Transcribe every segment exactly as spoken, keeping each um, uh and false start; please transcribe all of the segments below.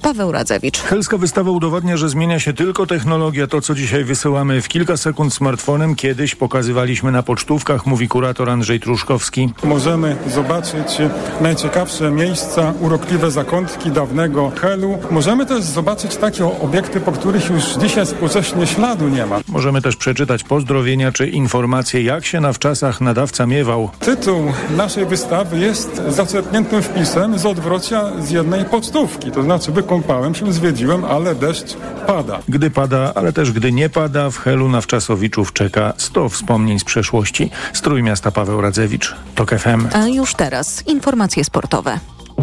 Paweł Radzewicz. Helska wystawa udowadnia, że zmienia się tylko technologia. To, co dzisiaj wysyłamy w kilka sekund smartfonem, kiedyś pokazywaliśmy na pocztówkach, mówi kurator Andrzej Truszkowski. Możemy zobaczyć najciekawsze miejsca, urokliwe zakątki dawnego Helu. Możemy też zobaczyć takie obiekty, po których już dzisiaj współcześnie śladu nie ma. Możemy też przeczytać pozdrowienia czy informacje, jak się na wczasach nadawca miewał. Tytuł naszej wystawy jest zaczerpniętym wpisem z odwrocia z jednej pocztówki. To znaczy wykąpałem się, zwiedziłem, ale deszcz pada. Gdy pada, ale też gdy nie pada, w Helu na wczasowiczów czeka sto wspomnień z przeszłości. Z Trójmiasta Paweł Radzewicz, TOK F M. A już teraz informacje sportowe.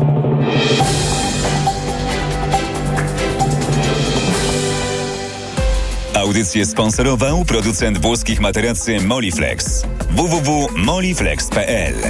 Audycję sponsorował producent włoskich materacy Moliflex. w w w kropka moliflex kropka p l.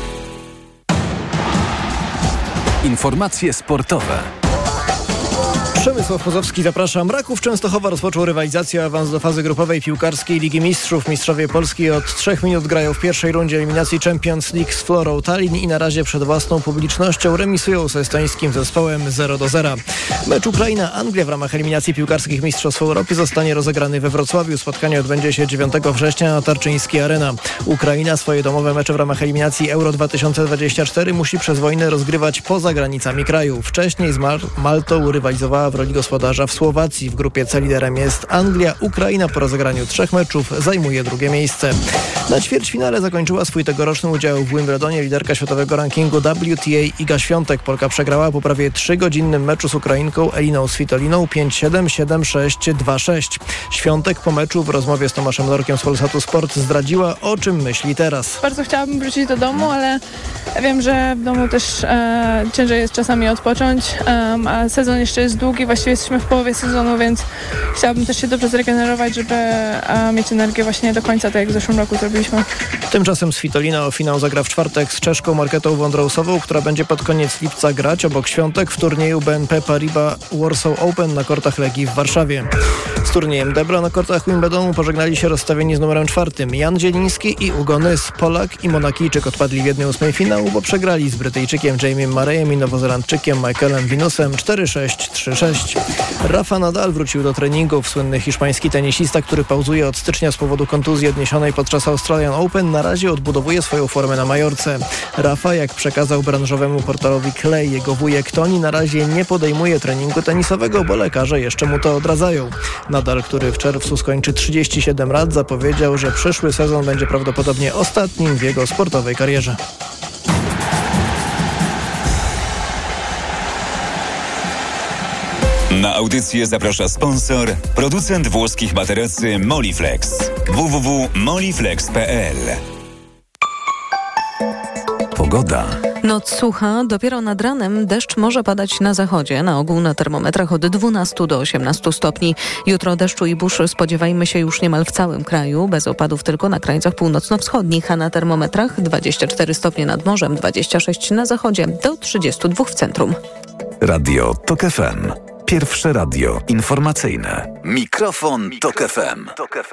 Informacje sportowe. Przemysław Pozowski, zapraszam. Raków Częstochowa rozpoczął rywalizację o awans do fazy grupowej piłkarskiej Ligi Mistrzów. Mistrzowie Polski od trzech minut grają w pierwszej rundzie eliminacji Champions League z Florą Tallinn i na razie przed własną publicznością remisują z estońskim zespołem zero do zera. Mecz Ukraina-Anglia w ramach eliminacji piłkarskich Mistrzostw Europy zostanie rozegrany we Wrocławiu. Spotkanie odbędzie się dziewiątego września na Tarczyńskiej Arena. Ukraina swoje domowe mecze w ramach eliminacji Euro dwa tysiące dwadzieścia cztery musi przez wojnę rozgrywać poza granicami kraju. Wcześniej z Mal- Maltą rywalizowała w roli gospodarza w Słowacji. W grupie C liderem jest Anglia. Ukraina po rozegraniu trzech meczów zajmuje drugie miejsce. Na ćwierćfinale zakończyła swój tegoroczny udział w Wimbledonie liderka światowego rankingu W T A Iga Świątek. Polka przegrała po prawie trzygodzinnym meczu z Ukrainką Eliną Svitoliną pięć siedem, siedem sześć, dwa sześć. Świątek po meczu w rozmowie z Tomaszem Lorkiem z Polsatu Sport zdradziła, o czym myśli teraz. Bardzo chciałabym wrócić do domu, ale wiem, że w domu też e, ciężej jest czasami odpocząć, e, a sezon jeszcze jest długi, właściwie jesteśmy w połowie sezonu, więc chciałabym też się dobrze zregenerować, żeby e, mieć energię właśnie do końca, tak jak w zeszłym roku zrobiliśmy. Tymczasem Svitolina o finał zagra w czwartek z czeszką Marketą Wondrousową, która będzie pod koniec lipca grać obok Świątek w turnieju B N P Paribas Warsaw Open na kortach Legii w Warszawie. Z turniejem Debra na kortach Wimbledonu pożegnali się rozstawieni z numerem czwartym Jan Zieliński i Ugo Nys. Polak i Monakijczyk odpadli w jednej ósmej finału, bo przegrali z Brytyjczykiem Jamiem Murrayem i Nowozelandczykiem Michaelem Venusem cztery sześć, trzy sześć. Rafa Nadal wrócił do treningów. Słynny hiszpański tenisista, który pauzuje od stycznia z powodu kontuzji odniesionej podczas Australian Open, na razie odbudowuje swoją formę na Majorce. Rafa, jak przekazał branżowemu portalowi Clay, jego wujek Toni, na razie nie podejmuje treningu tenisowego, bo lekarze jeszcze mu to odradzają. Nadal, który w czerwcu skończy trzydzieści siedem lat, zapowiedział, że przyszły sezon będzie prawdopodobnie ostatnim w jego sportowej karierze. Na audycję zaprasza sponsor, producent włoskich materacy Moliflex. w w w kropka moliflex kropka p l. Pogoda. Noc sucha, dopiero nad ranem deszcz może padać na zachodzie, na ogół na termometrach od dwunastu do osiemnastu stopni. Jutro deszczu i burz spodziewajmy się już niemal w całym kraju, bez opadów tylko na krańcach północno-wschodnich, a na termometrach dwadzieścia cztery stopnie nad morzem, dwadzieścia sześć na zachodzie, do trzydziestu dwóch w centrum. Radio TOK F M. Pierwsze radio informacyjne. Mikrofon TOK F M.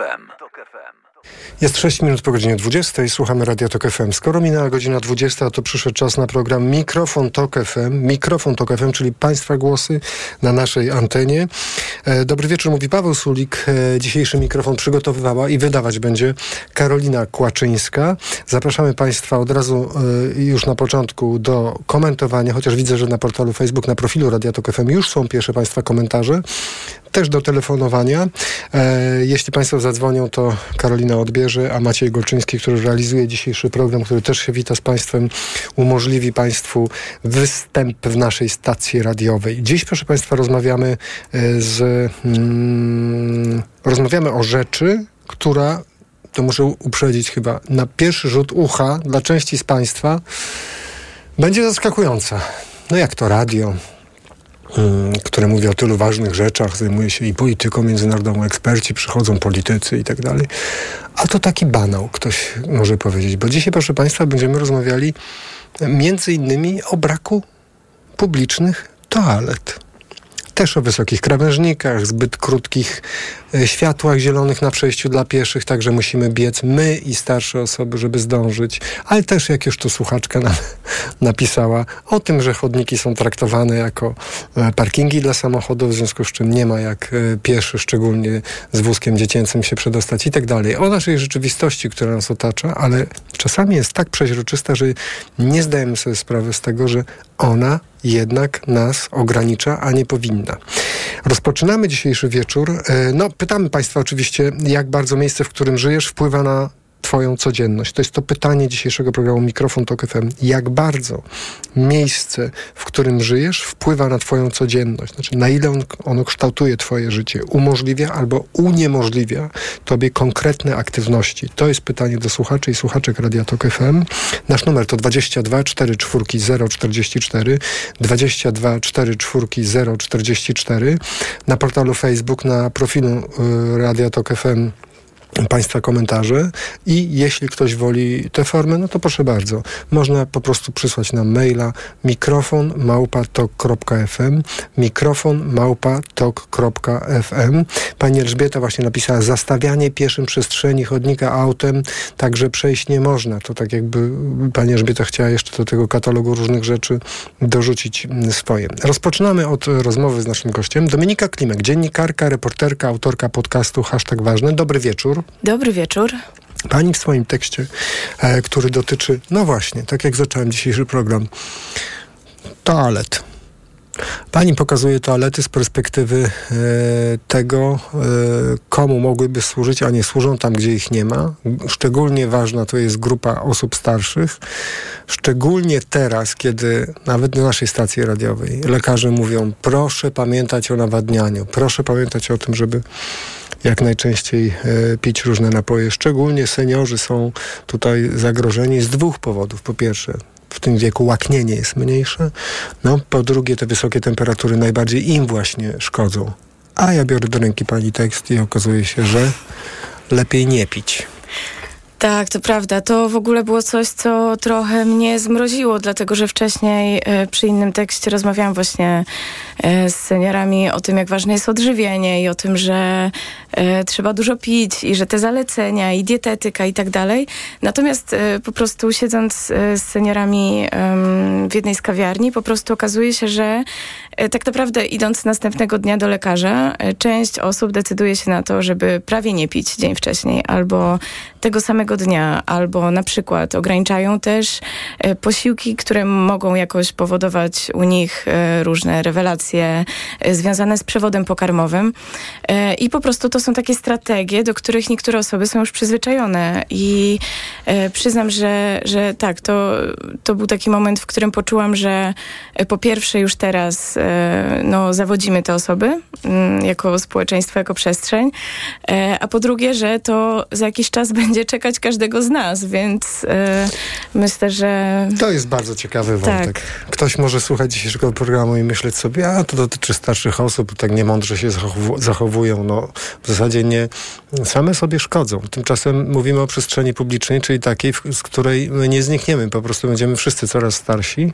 Jest sześć minut po godzinie dwudziestej. Słuchamy Radia TOK F M. Skoro minęła godzina dwudziesta, to przyszedł czas na program Mikrofon TOK F M. Mikrofon TOK F M, czyli Państwa głosy na naszej antenie. E, dobry wieczór, mówi Paweł Sulik. E, dzisiejszy mikrofon przygotowywała i wydawać będzie Karolina Kłaczyńska. Zapraszamy Państwa od razu e, już na początku do komentowania, chociaż widzę, że na portalu Facebook, na profilu Radia TOK F M już są pierwsze Państwa komentarze. Też do telefonowania. E, jeśli Państwo zadzwonią, to Karolina odbierze, a Maciej Golczyński, który realizuje dzisiejszy program, który też się wita z Państwem, umożliwi Państwu występ w naszej stacji radiowej. Dziś, proszę Państwa, rozmawiamy z... Mm, rozmawiamy o rzeczy, która, to muszę uprzedzić chyba, na pierwszy rzut ucha dla części z Państwa będzie zaskakująca. No jak to radio, które mówi o tylu ważnych rzeczach, zajmuje się i polityką międzynarodową, eksperci, przychodzą politycy i tak dalej. A to taki banał, ktoś może powiedzieć. Bo dzisiaj, proszę Państwa, będziemy rozmawiali między innymi o braku publicznych toalet. też o wysokich krawężnikach, zbyt krótkich e, światłach zielonych na przejściu dla pieszych, także musimy biec my i starsze osoby, żeby zdążyć, ale też, jak już tu słuchaczka nam napisała, o tym, że chodniki są traktowane jako e, parkingi dla samochodów, w związku z czym nie ma jak e, pieszy, szczególnie z wózkiem dziecięcym, się przedostać i tak dalej. O naszej rzeczywistości, która nas otacza, ale czasami jest tak przeźroczysta, że nie zdajemy sobie sprawy z tego, że ona jednak nas ogranicza, a nie powinna. Rozpoczynamy dzisiejszy wieczór. No, pytamy Państwa oczywiście, jak bardzo miejsce, w którym żyjesz, wpływa na Twoją codzienność. To jest to pytanie dzisiejszego programu Mikrofon Tok F M. Jak bardzo miejsce, w którym żyjesz, wpływa na Twoją codzienność? Znaczy, na ile on, ono kształtuje Twoje życie, umożliwia albo uniemożliwia Tobie konkretne aktywności? To jest pytanie do słuchaczy i słuchaczek Radia Tok F M. Nasz numer to dwadzieścia dwa cztery cztery zero czterdzieści cztery, dwadzieścia dwa cztery cztery zero czterdzieści cztery. Na portalu Facebook, na profilu y, Radia Tok F M Państwa komentarze i jeśli ktoś woli tę formę, no to proszę bardzo. Można po prostu przysłać nam maila mikrofon małpa tok kropka f m mikrofon małpa tok kropka f m. Pani Elżbieta właśnie napisała: zastawianie pieszym przestrzeni chodnika autem, także przejść nie można. To tak jakby pani Elżbieta chciała jeszcze do tego katalogu różnych rzeczy dorzucić swoje. Rozpoczynamy od rozmowy z naszym gościem. Dominika Klimek, dziennikarka, reporterka, autorka podcastu Hashtag Ważne. Dobry wieczór. Dobry wieczór. Pani w swoim tekście, e, który dotyczy, no właśnie, tak jak zacząłem dzisiejszy program, toalet. Pani pokazuje toalety z perspektywy e, tego, e, komu mogłyby służyć, a nie służą tam, gdzie ich nie ma. Szczególnie ważna to jest grupa osób starszych. Szczególnie teraz, kiedy nawet na naszej stacji radiowej lekarze mówią: proszę pamiętać o nawadnianiu, proszę pamiętać o tym, żeby jak najczęściej e, pić różne napoje. Szczególnie seniorzy są tutaj zagrożeni z dwóch powodów. Po pierwsze, w tym wieku łaknienie jest mniejsze. No, po drugie, te wysokie temperatury najbardziej im właśnie szkodzą. A ja biorę do ręki pani tekst i okazuje się, że lepiej nie pić. Tak, to prawda. To w ogóle było coś, co trochę mnie zmroziło, dlatego że wcześniej e, przy innym tekście rozmawiałam właśnie e, z seniorami o tym, jak ważne jest odżywienie i o tym, że e, trzeba dużo pić i że te zalecenia i dietetyka i tak dalej. Natomiast e, po prostu siedząc e, z seniorami e, w jednej z kawiarni, po prostu okazuje się, że e, tak naprawdę idąc następnego dnia do lekarza, e, część osób decyduje się na to, żeby prawie nie pić dzień wcześniej albo tego samego dnia, albo na przykład ograniczają też e, posiłki, które mogą jakoś powodować u nich e, różne rewelacje e, związane z przewodem pokarmowym. E, I po prostu to są takie strategie, do których niektóre osoby są już przyzwyczajone. I e, przyznam, że, że tak, to, to był taki moment, w którym poczułam, że e, po pierwsze już teraz e, no, zawodzimy te osoby m, jako społeczeństwo, jako przestrzeń, e, a po drugie, że to za jakiś czas będzie czekać każdego z nas, więc e, myślę, że... To jest bardzo ciekawy wątek. Tak. Ktoś może słuchać dzisiejszego programu i myśleć sobie: a to dotyczy starszych osób, tak niemądrze się zachow- zachowują. No, w zasadzie nie, same sobie szkodzą. Tymczasem mówimy o przestrzeni publicznej, czyli takiej, w, z której my nie znikniemy. Po prostu będziemy wszyscy coraz starsi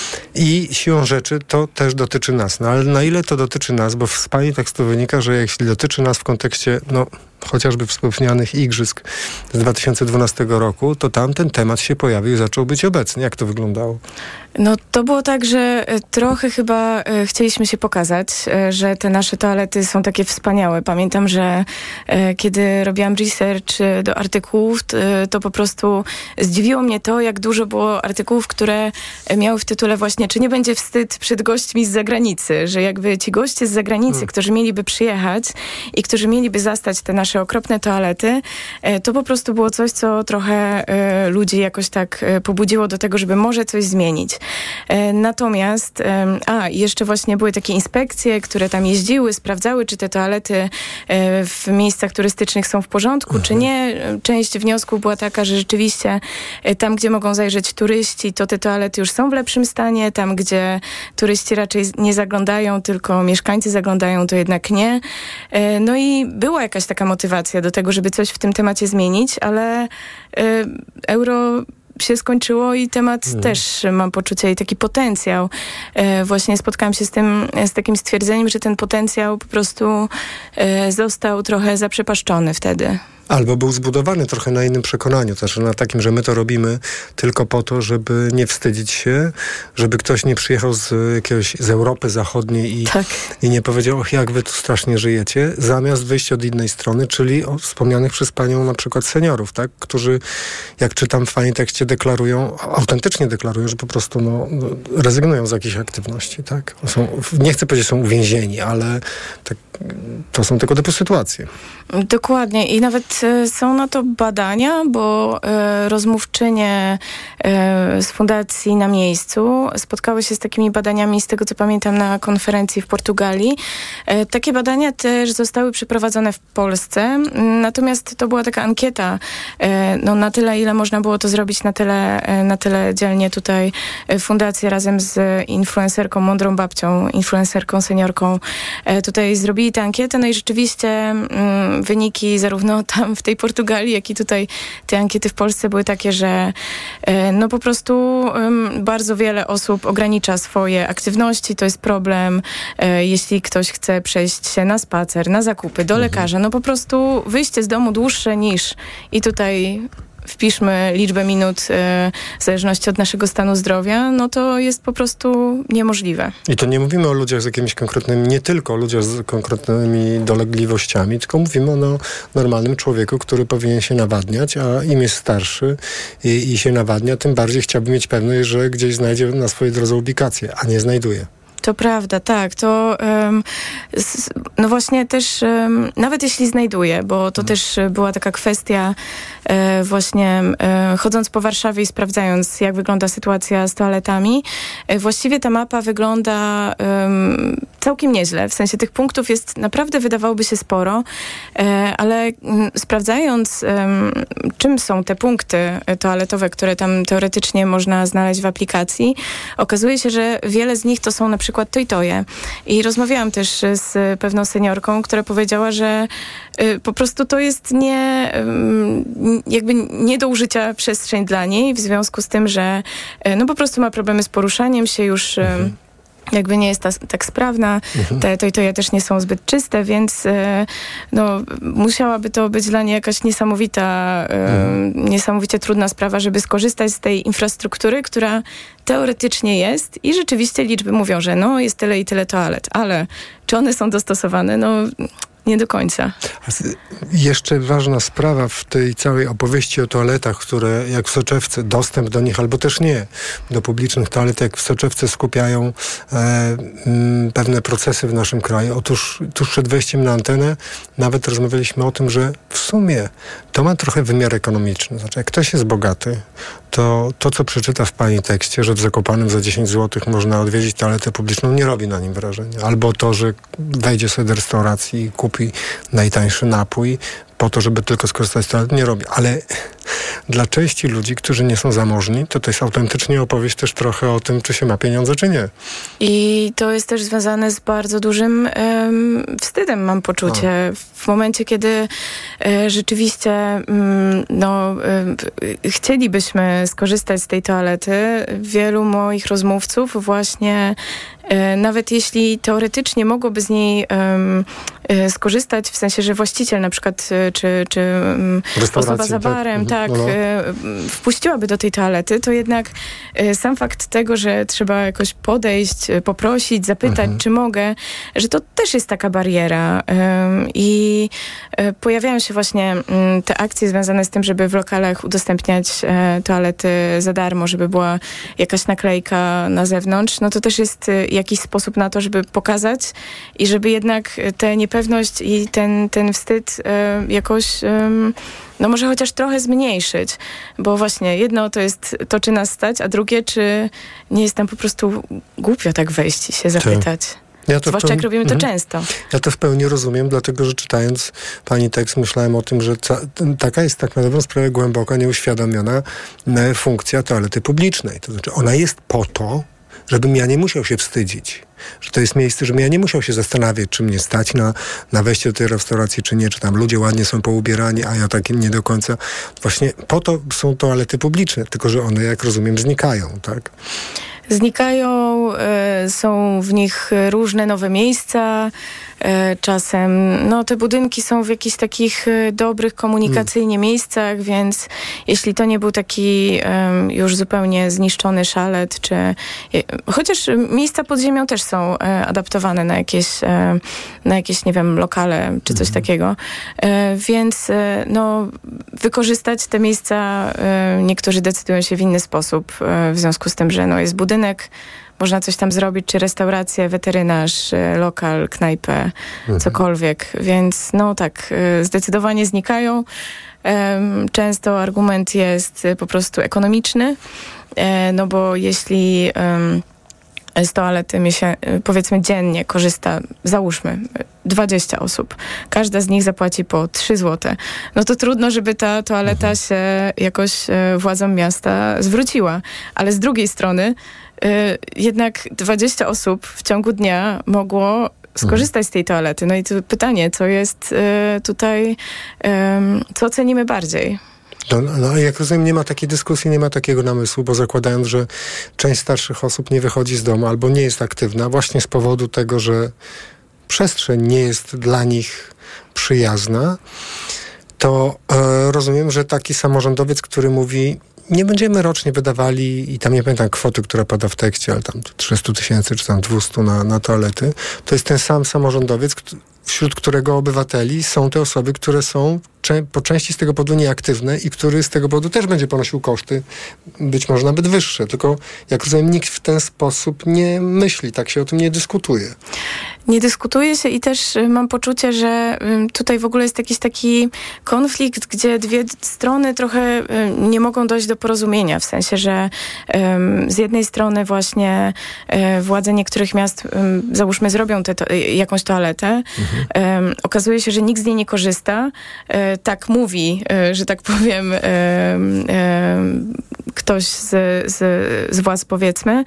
i siłą rzeczy to też dotyczy nas. No ale na ile to dotyczy nas, bo z pani tekstu wynika, że jeśli dotyczy nas w kontekście, no, chociażby wspomnianych igrzysk z dwa tysiące dwunastego roku, to tam ten temat się pojawił i zaczął być obecny. Jak to wyglądało? No to było tak, że trochę chyba e, chcieliśmy się pokazać, e, że te nasze toalety są takie wspaniałe. Pamiętam, że e, kiedy robiłam research e, do artykułów, t, to po prostu zdziwiło mnie to, jak dużo było artykułów, które miały w tytule właśnie: czy nie będzie wstyd przed gośćmi z zagranicy, że jakby ci goście z zagranicy, hmm. którzy mieliby przyjechać i którzy mieliby zastać te nasze okropne toalety, e, to po prostu było coś, co trochę e, ludzi jakoś tak e, pobudziło do tego, żeby może coś zmienić. Natomiast, a jeszcze właśnie były takie inspekcje, które tam jeździły, sprawdzały, czy te toalety w miejscach turystycznych są w porządku, mhm. czy nie. Część wniosków była taka, że rzeczywiście tam, gdzie mogą zajrzeć turyści, to te toalety już są w lepszym stanie. Tam, gdzie turyści raczej nie zaglądają, tylko mieszkańcy zaglądają, to jednak nie. No i była jakaś taka motywacja do tego, żeby coś w tym temacie zmienić, ale euro się skończyło i temat hmm. też mam poczucie i taki potencjał. E, właśnie spotkałam się z tym, z takim stwierdzeniem, że ten potencjał po prostu e, został trochę zaprzepaszczony wtedy. Albo był zbudowany trochę na innym przekonaniu, też na takim, że my to robimy tylko po to, żeby nie wstydzić się, żeby ktoś nie przyjechał z jakiegoś, z Europy Zachodniej i, tak. i nie powiedział, och, jak wy tu strasznie żyjecie, zamiast wyjść od innej strony, czyli o wspomnianych przez panią na przykład seniorów, tak, którzy, jak czytam w pani tekście, deklarują, autentycznie deklarują, że po prostu no, rezygnują z jakichś aktywności, tak. Są, nie chcę powiedzieć, że są uwięzieni, ale tak, to są tego typu sytuacje. Dokładnie i nawet e, są na to badania, bo e, rozmówczynie e, z fundacji na miejscu spotkały się z takimi badaniami, z tego co pamiętam, na konferencji w Portugalii. E, takie badania też zostały przeprowadzone w Polsce, natomiast to była taka ankieta, e, no na tyle, ile można było to zrobić, na tyle, e, na tyle dzielnie tutaj fundacja razem z influencerką, mądrą babcią, influencerką, seniorką, e, tutaj zrobili tę ankietę, no i rzeczywiście mm, wyniki zarówno tam w tej Portugalii, jak i tutaj te ankiety w Polsce były takie, że e, no po prostu um, bardzo wiele osób ogranicza swoje aktywności, to jest problem, e, jeśli ktoś chce przejść się na spacer, na zakupy, do mhm. lekarza, no po prostu wyjście z domu dłuższe niż i tutaj wpiszmy liczbę minut e, w zależności od naszego stanu zdrowia, no to jest po prostu niemożliwe. I to nie mówimy o ludziach z jakimiś konkretnymi, nie tylko o ludziach z konkretnymi dolegliwościami, tylko mówimy o no, normalnym człowieku, który powinien się nawadniać, a im jest starszy i, i się nawadnia, tym bardziej chciałby mieć pewność, że gdzieś znajdzie na swojej drodze ubikację, a nie znajduje. To prawda, tak. To um, s, no właśnie też, um, nawet jeśli znajduję, bo to hmm. też była taka kwestia e, właśnie e, chodząc po Warszawie i sprawdzając, jak wygląda sytuacja z toaletami, e, właściwie ta mapa wygląda um, całkiem nieźle. W sensie tych punktów jest naprawdę, wydawałoby się, sporo, e, ale m, sprawdzając, um, czym są te punkty toaletowe, które tam teoretycznie można znaleźć w aplikacji, okazuje się, że wiele z nich to są na przykład przykład Toitoje. I rozmawiałam też z pewną seniorką, która powiedziała, że y, po prostu to jest nie, y, jakby nie do użycia przestrzeń dla niej, w związku z tym, że y, no po prostu ma problemy z poruszaniem się już... Y, mhm. jakby nie jest ta, tak sprawna, mhm. te Toitoje też nie są zbyt czyste, więc e, no, musiałaby to być dla niej jakaś niesamowita, e, mhm. niesamowicie trudna sprawa, żeby skorzystać z tej infrastruktury, która teoretycznie jest i rzeczywiście liczby mówią, że no jest tyle i tyle toalet, ale czy one są dostosowane? No nie do końca. Jeszcze ważna sprawa w tej całej opowieści o toaletach, które jak w soczewce, dostęp do nich albo też nie, do publicznych toalet, jak w soczewce skupiają e, m, pewne procesy w naszym kraju. Otóż tuż przed wejściem na antenę nawet rozmawialiśmy o tym, że w sumie to ma trochę wymiar ekonomiczny. Znaczy, jak ktoś jest bogaty, to to, co przeczyta w pani tekście, że w Zakopanem za dziesięć złotych można odwiedzić toaletę publiczną, nie robi na nim wrażenia. Albo to, że wejdzie sobie do restauracji i kupi najtańszy napój po to, żeby tylko skorzystać z toalety, nie robi. Ale dla części ludzi, którzy nie są zamożni, to to jest autentycznie opowieść też trochę o tym, czy się ma pieniądze, czy nie. I to jest też związane z bardzo dużym um, wstydem, mam poczucie. A. W momencie, kiedy e, rzeczywiście um, no, e, chcielibyśmy skorzystać z tej toalety, wielu moich rozmówców właśnie e, nawet jeśli teoretycznie mogłoby z niej um, e, skorzystać, w sensie, że właściciel na przykład e, czy, czy um, osoba za barem, tak, tak no. e, wpuściłaby do tej toalety, to jednak e, sam fakt tego, że trzeba jakoś podejść, e, poprosić, zapytać, mhm. czy mogę, że to też jest taka bariera. E, I e, pojawiają się właśnie m, te akcje związane z tym, żeby w lokalach udostępniać e, toalety za darmo, żeby była jakaś naklejka na zewnątrz. No to też jest e, jakiś sposób na to, żeby pokazać i żeby jednak tę niepewność i ten, ten wstyd e, jakoś e, no może chociaż trochę zmniejszyć, bo właśnie jedno to jest to, czy nas stać, a drugie, czy nie jest nam po prostu głupio tak wejść i się zapytać. Ja to Zwłaszcza jak robimy to mhm. często. Ja to w pełni rozumiem, dlatego że czytając pani tekst myślałem o tym, że ca- taka jest tak na dobrą sprawę głęboka, nieuświadomiona funkcja toalety publicznej. To znaczy ona jest po to, żebym ja nie musiał się wstydzić. Że to jest miejsce, żebym ja nie musiał się zastanawiać, czy mnie stać na, na wejście do tej restauracji, czy nie, czy tam ludzie ładnie są poubierani, a ja tak nie do końca. Właśnie po to są toalety publiczne, tylko że one, jak rozumiem, znikają, tak? Znikają, y, są w nich różne nowe miejsca. Y, czasem no, te budynki są w jakichś takich y, dobrych komunikacyjnie mm. miejscach, więc jeśli to nie był taki y, już zupełnie zniszczony szalet, czy y, chociaż miejsca pod ziemią też są y, adaptowane na jakieś, y, na jakieś, nie wiem, lokale, czy coś mm. takiego. Y, więc y, no, wykorzystać te miejsca y, niektórzy decydują się w inny sposób, y, w związku z tym, że no, jest budynek, można coś tam zrobić, czy restaurację, weterynarz, lokal, knajpę, mhm. cokolwiek. Więc no tak, zdecydowanie znikają. Często argument jest po prostu ekonomiczny, no bo jeśli z toalety miesię- powiedzmy dziennie korzysta, załóżmy, dwadzieścia osób. Każda z nich zapłaci po trzy złote. No to trudno, żeby ta toaleta mhm. się jakoś władzom miasta zwróciła. Ale z drugiej strony jednak dwadzieścia osób w ciągu dnia mogło skorzystać z tej toalety. No i to pytanie, co jest tutaj, co cenimy bardziej? No, no jak rozumiem, nie ma takiej dyskusji, nie ma takiego namysłu, bo zakładając, że część starszych osób nie wychodzi z domu albo nie jest aktywna właśnie z powodu tego, że przestrzeń nie jest dla nich przyjazna, to e, rozumiem, że taki samorządowiec, który mówi, nie będziemy rocznie wydawali, i tam nie pamiętam kwoty, która pada w tekście, ale tam trzysta tysięcy czy tam dwieście na, na toalety, to jest ten sam samorządowiec, wśród którego obywateli są te osoby, które są cze- po części z tego powodu nieaktywne i który z tego powodu też będzie ponosił koszty, być może nawet wyższe. Tylko, jak rozumiem, nikt w ten sposób nie myśli, tak się o tym nie dyskutuje. Nie dyskutuje się i też mam poczucie, że tutaj w ogóle jest jakiś taki konflikt, gdzie dwie strony trochę nie mogą dojść do porozumienia, w sensie, że z jednej strony właśnie władze niektórych miast, załóżmy, zrobią te to, jakąś toaletę, mhm. okazuje się, że nikt z niej nie korzysta, tak mówi, że tak powiem, ktoś z, z, z władz, powiedzmy,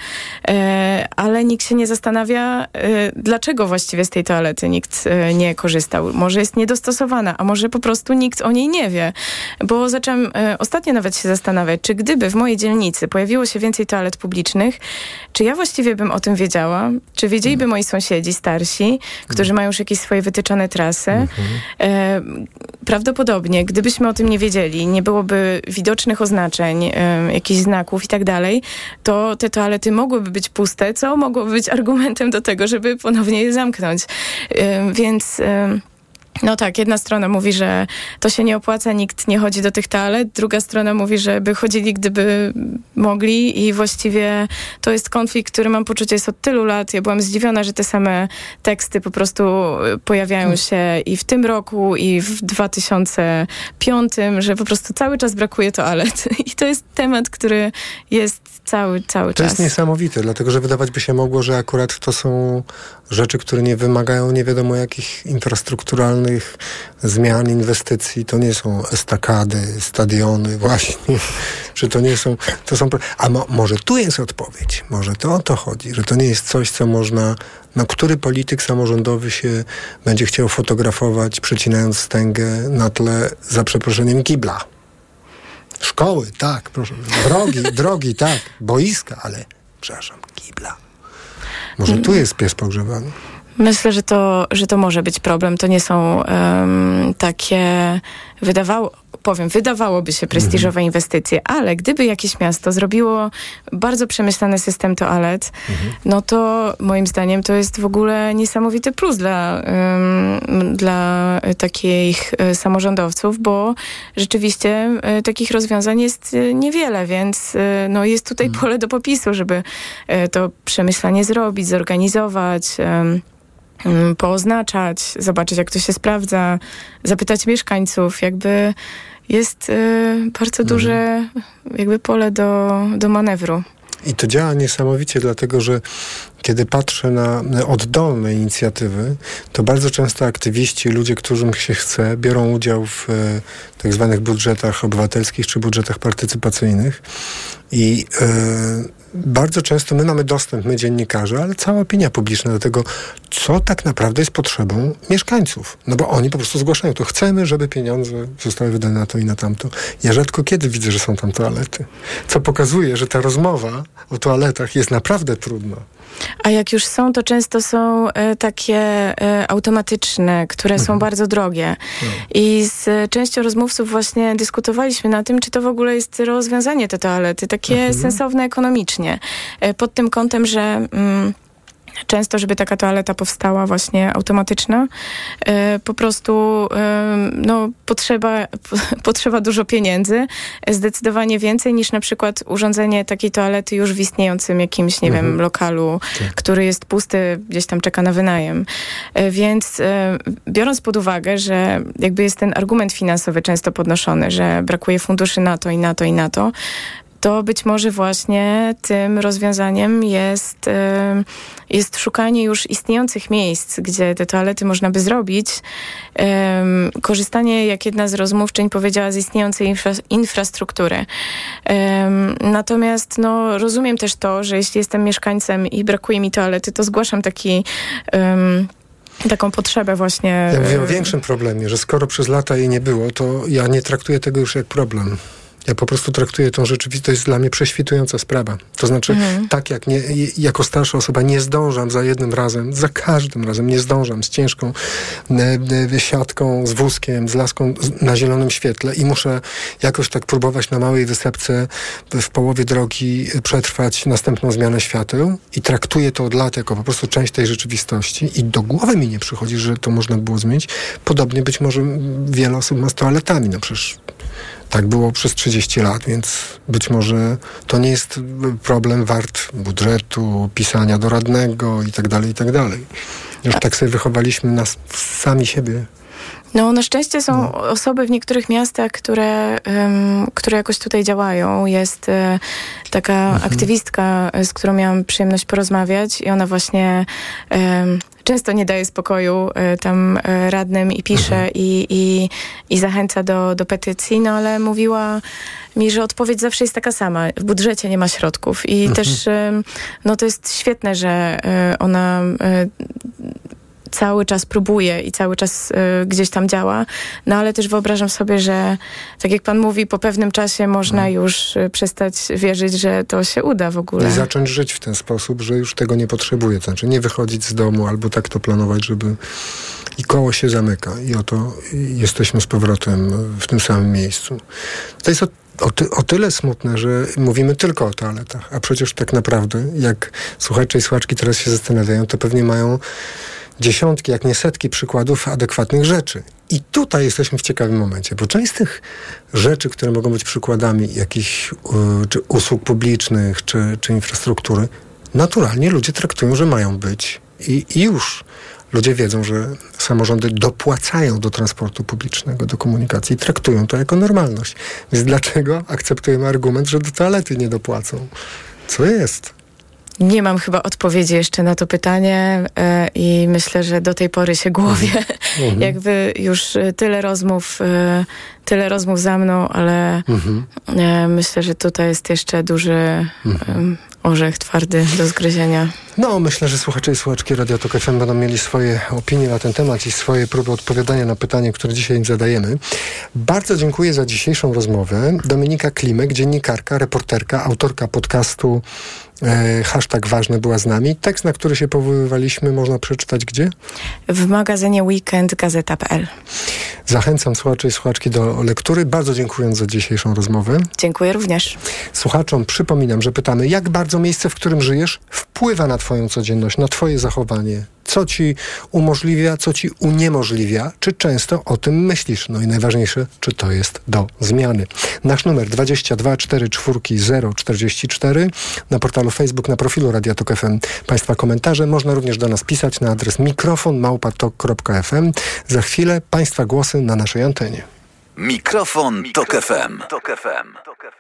ale nikt się nie zastanawia, dlaczego właściwie z tej toalety nikt nie korzystał. Może jest niedostosowana, a może po prostu nikt o niej nie wie. Bo zaczęłam ostatnio nawet się zastanawiać, czy gdyby w mojej dzielnicy pojawiło się więcej toalet publicznych, czy ja właściwie bym o tym wiedziała? Czy wiedzieliby moi sąsiedzi starsi, którzy mają już jakieś swoje wytyczone trasy? Mhm. E, prawdopodobnie, gdybyśmy o tym nie wiedzieli, nie byłoby widocznych oznaczeń, e, jakichś znaków i tak dalej, to te toalety mogłyby być puste, co mogłoby być argumentem do tego, żeby ponownie je zamknąć. E, więc... E, No tak, jedna strona mówi, że to się nie opłaca, nikt nie chodzi do tych toalet, druga strona mówi, że by chodzili, gdyby mogli i właściwie to jest konflikt, który mam poczucie jest od tylu lat. Ja byłam zdziwiona, że te same teksty po prostu pojawiają się i w tym roku, i w dwa tysiące piątym, że po prostu cały czas brakuje toalet. I to jest temat, który jest cały, cały to czas. To jest niesamowite, dlatego że wydawać by się mogło, że akurat to są rzeczy, które nie wymagają nie wiadomo jakich infrastrukturalnych zmian, inwestycji. To nie są estakady, stadiony właśnie, że to nie są... To są a mo, może tu jest odpowiedź, może to o to chodzi, że to nie jest coś, co można... No, który polityk samorządowy się będzie chciał fotografować, przecinając wstęgę na tle, za przeproszeniem, kibla. Szkoły, tak, proszę. Drogi, drogi, tak. Boiska, ale, przepraszam, kibla. Może tu jest pies pogrzebany? Myślę, że to, że to może być problem. To nie są um, takie, wydawało, powiem, wydawałoby się prestiżowe mhm. inwestycje, ale gdyby jakieś miasto zrobiło bardzo przemyślany system toalet, mhm. no to moim zdaniem to jest w ogóle niesamowity plus dla, um, dla takich y, samorządowców, bo rzeczywiście y, takich rozwiązań jest y, niewiele, więc y, no jest tutaj mhm. pole do popisu, żeby y, to przemyślanie zrobić, zorganizować, y, pooznaczać, zobaczyć, jak to się sprawdza, zapytać mieszkańców, jakby jest y, bardzo duże jakby pole do, do manewru. I to działa niesamowicie, dlatego że kiedy patrzę na oddolne inicjatywy, to bardzo często aktywiści, ludzie, którym się chce, biorą udział w e, tak zwanych budżetach obywatelskich czy budżetach partycypacyjnych i e, bardzo często my mamy dostęp, my dziennikarze, ale cała opinia publiczna do tego, co tak naprawdę jest potrzebą mieszkańców. No bo oni po prostu zgłaszają to. Chcemy, żeby pieniądze zostały wydane na to i na tamto. Ja rzadko kiedy widzę, że są tam toalety. Co pokazuje, że ta rozmowa o toaletach jest naprawdę trudna. A jak już są, to często są e, takie e, automatyczne, które mhm. są bardzo drogie. No. I z częścią rozmówców właśnie dyskutowaliśmy na tym, czy to w ogóle jest rozwiązanie te toalety, takie mhm. sensowne ekonomicznie. E, pod tym kątem, że... Mm, często, żeby taka toaleta powstała właśnie automatyczna, e, po prostu e, no, potrzeba, po, potrzeba dużo pieniędzy, zdecydowanie więcej niż na przykład urządzenie takiej toalety już w istniejącym jakimś, nie mhm. wiem, lokalu, tak. który jest pusty, gdzieś tam czeka na wynajem. E, więc e, biorąc pod uwagę, że jakby jest ten argument finansowy często podnoszony, że brakuje funduszy na to i na to i na to, to być może właśnie tym rozwiązaniem jest, jest szukanie już istniejących miejsc, gdzie te toalety można by zrobić. Korzystanie, jak jedna z rozmówczyń powiedziała, z istniejącej infra- infrastruktury. Natomiast no, rozumiem też to, że jeśli jestem mieszkańcem i brakuje mi toalety, to zgłaszam taki... Um, taką potrzebę właśnie... Ja mówię o większym problemie, że skoro przez lata jej nie było, to ja nie traktuję tego już jak problem. Ja po prostu traktuję tą rzeczywistość, to jest dla mnie prześwitująca sprawa. To znaczy, mhm. tak jak nie, jako starsza osoba nie zdążam za jednym razem, za każdym razem nie zdążam z ciężką e, siatką, z wózkiem, z laską na zielonym świetle i muszę jakoś tak próbować na małej wysepce w połowie drogi przetrwać następną zmianę świateł i traktuję to od lat jako po prostu część tej rzeczywistości i do głowy mi nie przychodzi, że to można było zmienić. Podobnie być może wiele osób ma z toaletami. No przecież tak było przez trzydzieści lat, więc być może to nie jest problem wart budżetu, pisania doradnego i tak dalej, i tak dalej. Już tak sobie wychowaliśmy nas sami siebie. No, na szczęście są no. osoby w niektórych miastach, które, um, które jakoś tutaj działają. Jest e, taka mhm. aktywistka, z którą miałam przyjemność porozmawiać i ona właśnie e, często nie daje spokoju e, tam e, radnym i pisze mhm. i, i, i zachęca do, do petycji, no ale mówiła mi, że odpowiedź zawsze jest taka sama. W budżecie nie ma środków i mhm. też e, no to jest świetne, że e, ona e, cały czas próbuje i cały czas y, gdzieś tam działa, no ale też wyobrażam sobie, że tak jak pan mówi, po pewnym czasie można hmm. już y, przestać wierzyć, że to się uda w ogóle. I zacząć żyć w ten sposób, że już tego nie potrzebuje. To znaczy nie wychodzić z domu albo tak to planować, żeby... I koło się zamyka. I oto jesteśmy z powrotem w tym samym miejscu. To jest o O, ty, o tyle smutne, że mówimy tylko o toaletach, a przecież tak naprawdę, jak słuchacze i słuchaczki teraz się zastanawiają, to pewnie mają dziesiątki, jak nie setki przykładów adekwatnych rzeczy. I tutaj jesteśmy w ciekawym momencie, bo część z tych rzeczy, które mogą być przykładami jakichś y, czy usług publicznych, czy, czy infrastruktury, naturalnie ludzie traktują, że mają być. I, i już ludzie wiedzą, że samorządy dopłacają do transportu publicznego, do komunikacji i traktują to jako normalność. Więc dlaczego akceptujemy argument, że do toalety nie dopłacą? Co jest? Nie mam chyba odpowiedzi jeszcze na to pytanie e, i myślę, że do tej pory się głowię. Mhm. Jakby już tyle rozmów, e, tyle rozmów za mną, ale mhm. e, myślę, że tutaj jest jeszcze duży mhm. e, orzech twardy do zgryzienia. No, myślę, że słuchacze i słuchaczki Radia Tok F M będą mieli swoje opinie na ten temat i swoje próby odpowiadania na pytania, które dzisiaj im zadajemy. Bardzo dziękuję za dzisiejszą rozmowę. Dominika Klimek, dziennikarka, reporterka, autorka podcastu e, Hashtag Ważne była z nami. Tekst, na który się powoływaliśmy, można przeczytać gdzie? W magazynie Weekend Gazeta kropka p l. Zachęcam słuchaczy i słuchaczki do lektury. Bardzo dziękuję za dzisiejszą rozmowę. Dziękuję również. Słuchaczom przypominam, że pytamy, jak bardzo miejsce, w którym żyjesz, wpływa na twoją codzienność, na twoje zachowanie. Co ci umożliwia, co ci uniemożliwia, czy często o tym myślisz? No i najważniejsze, czy to jest do zmiany. Nasz numer dwadzieścia dwa cztery cztery zero czterdzieści cztery na portalu Facebook, na profilu Radia Tok F M. Państwa komentarze można również do nas pisać na adres mikrofon małpa tok kropka f m. Za chwilę Państwa głosy na naszej antenie. Mikrofon, Mikrofon Tok F M. Tok F M.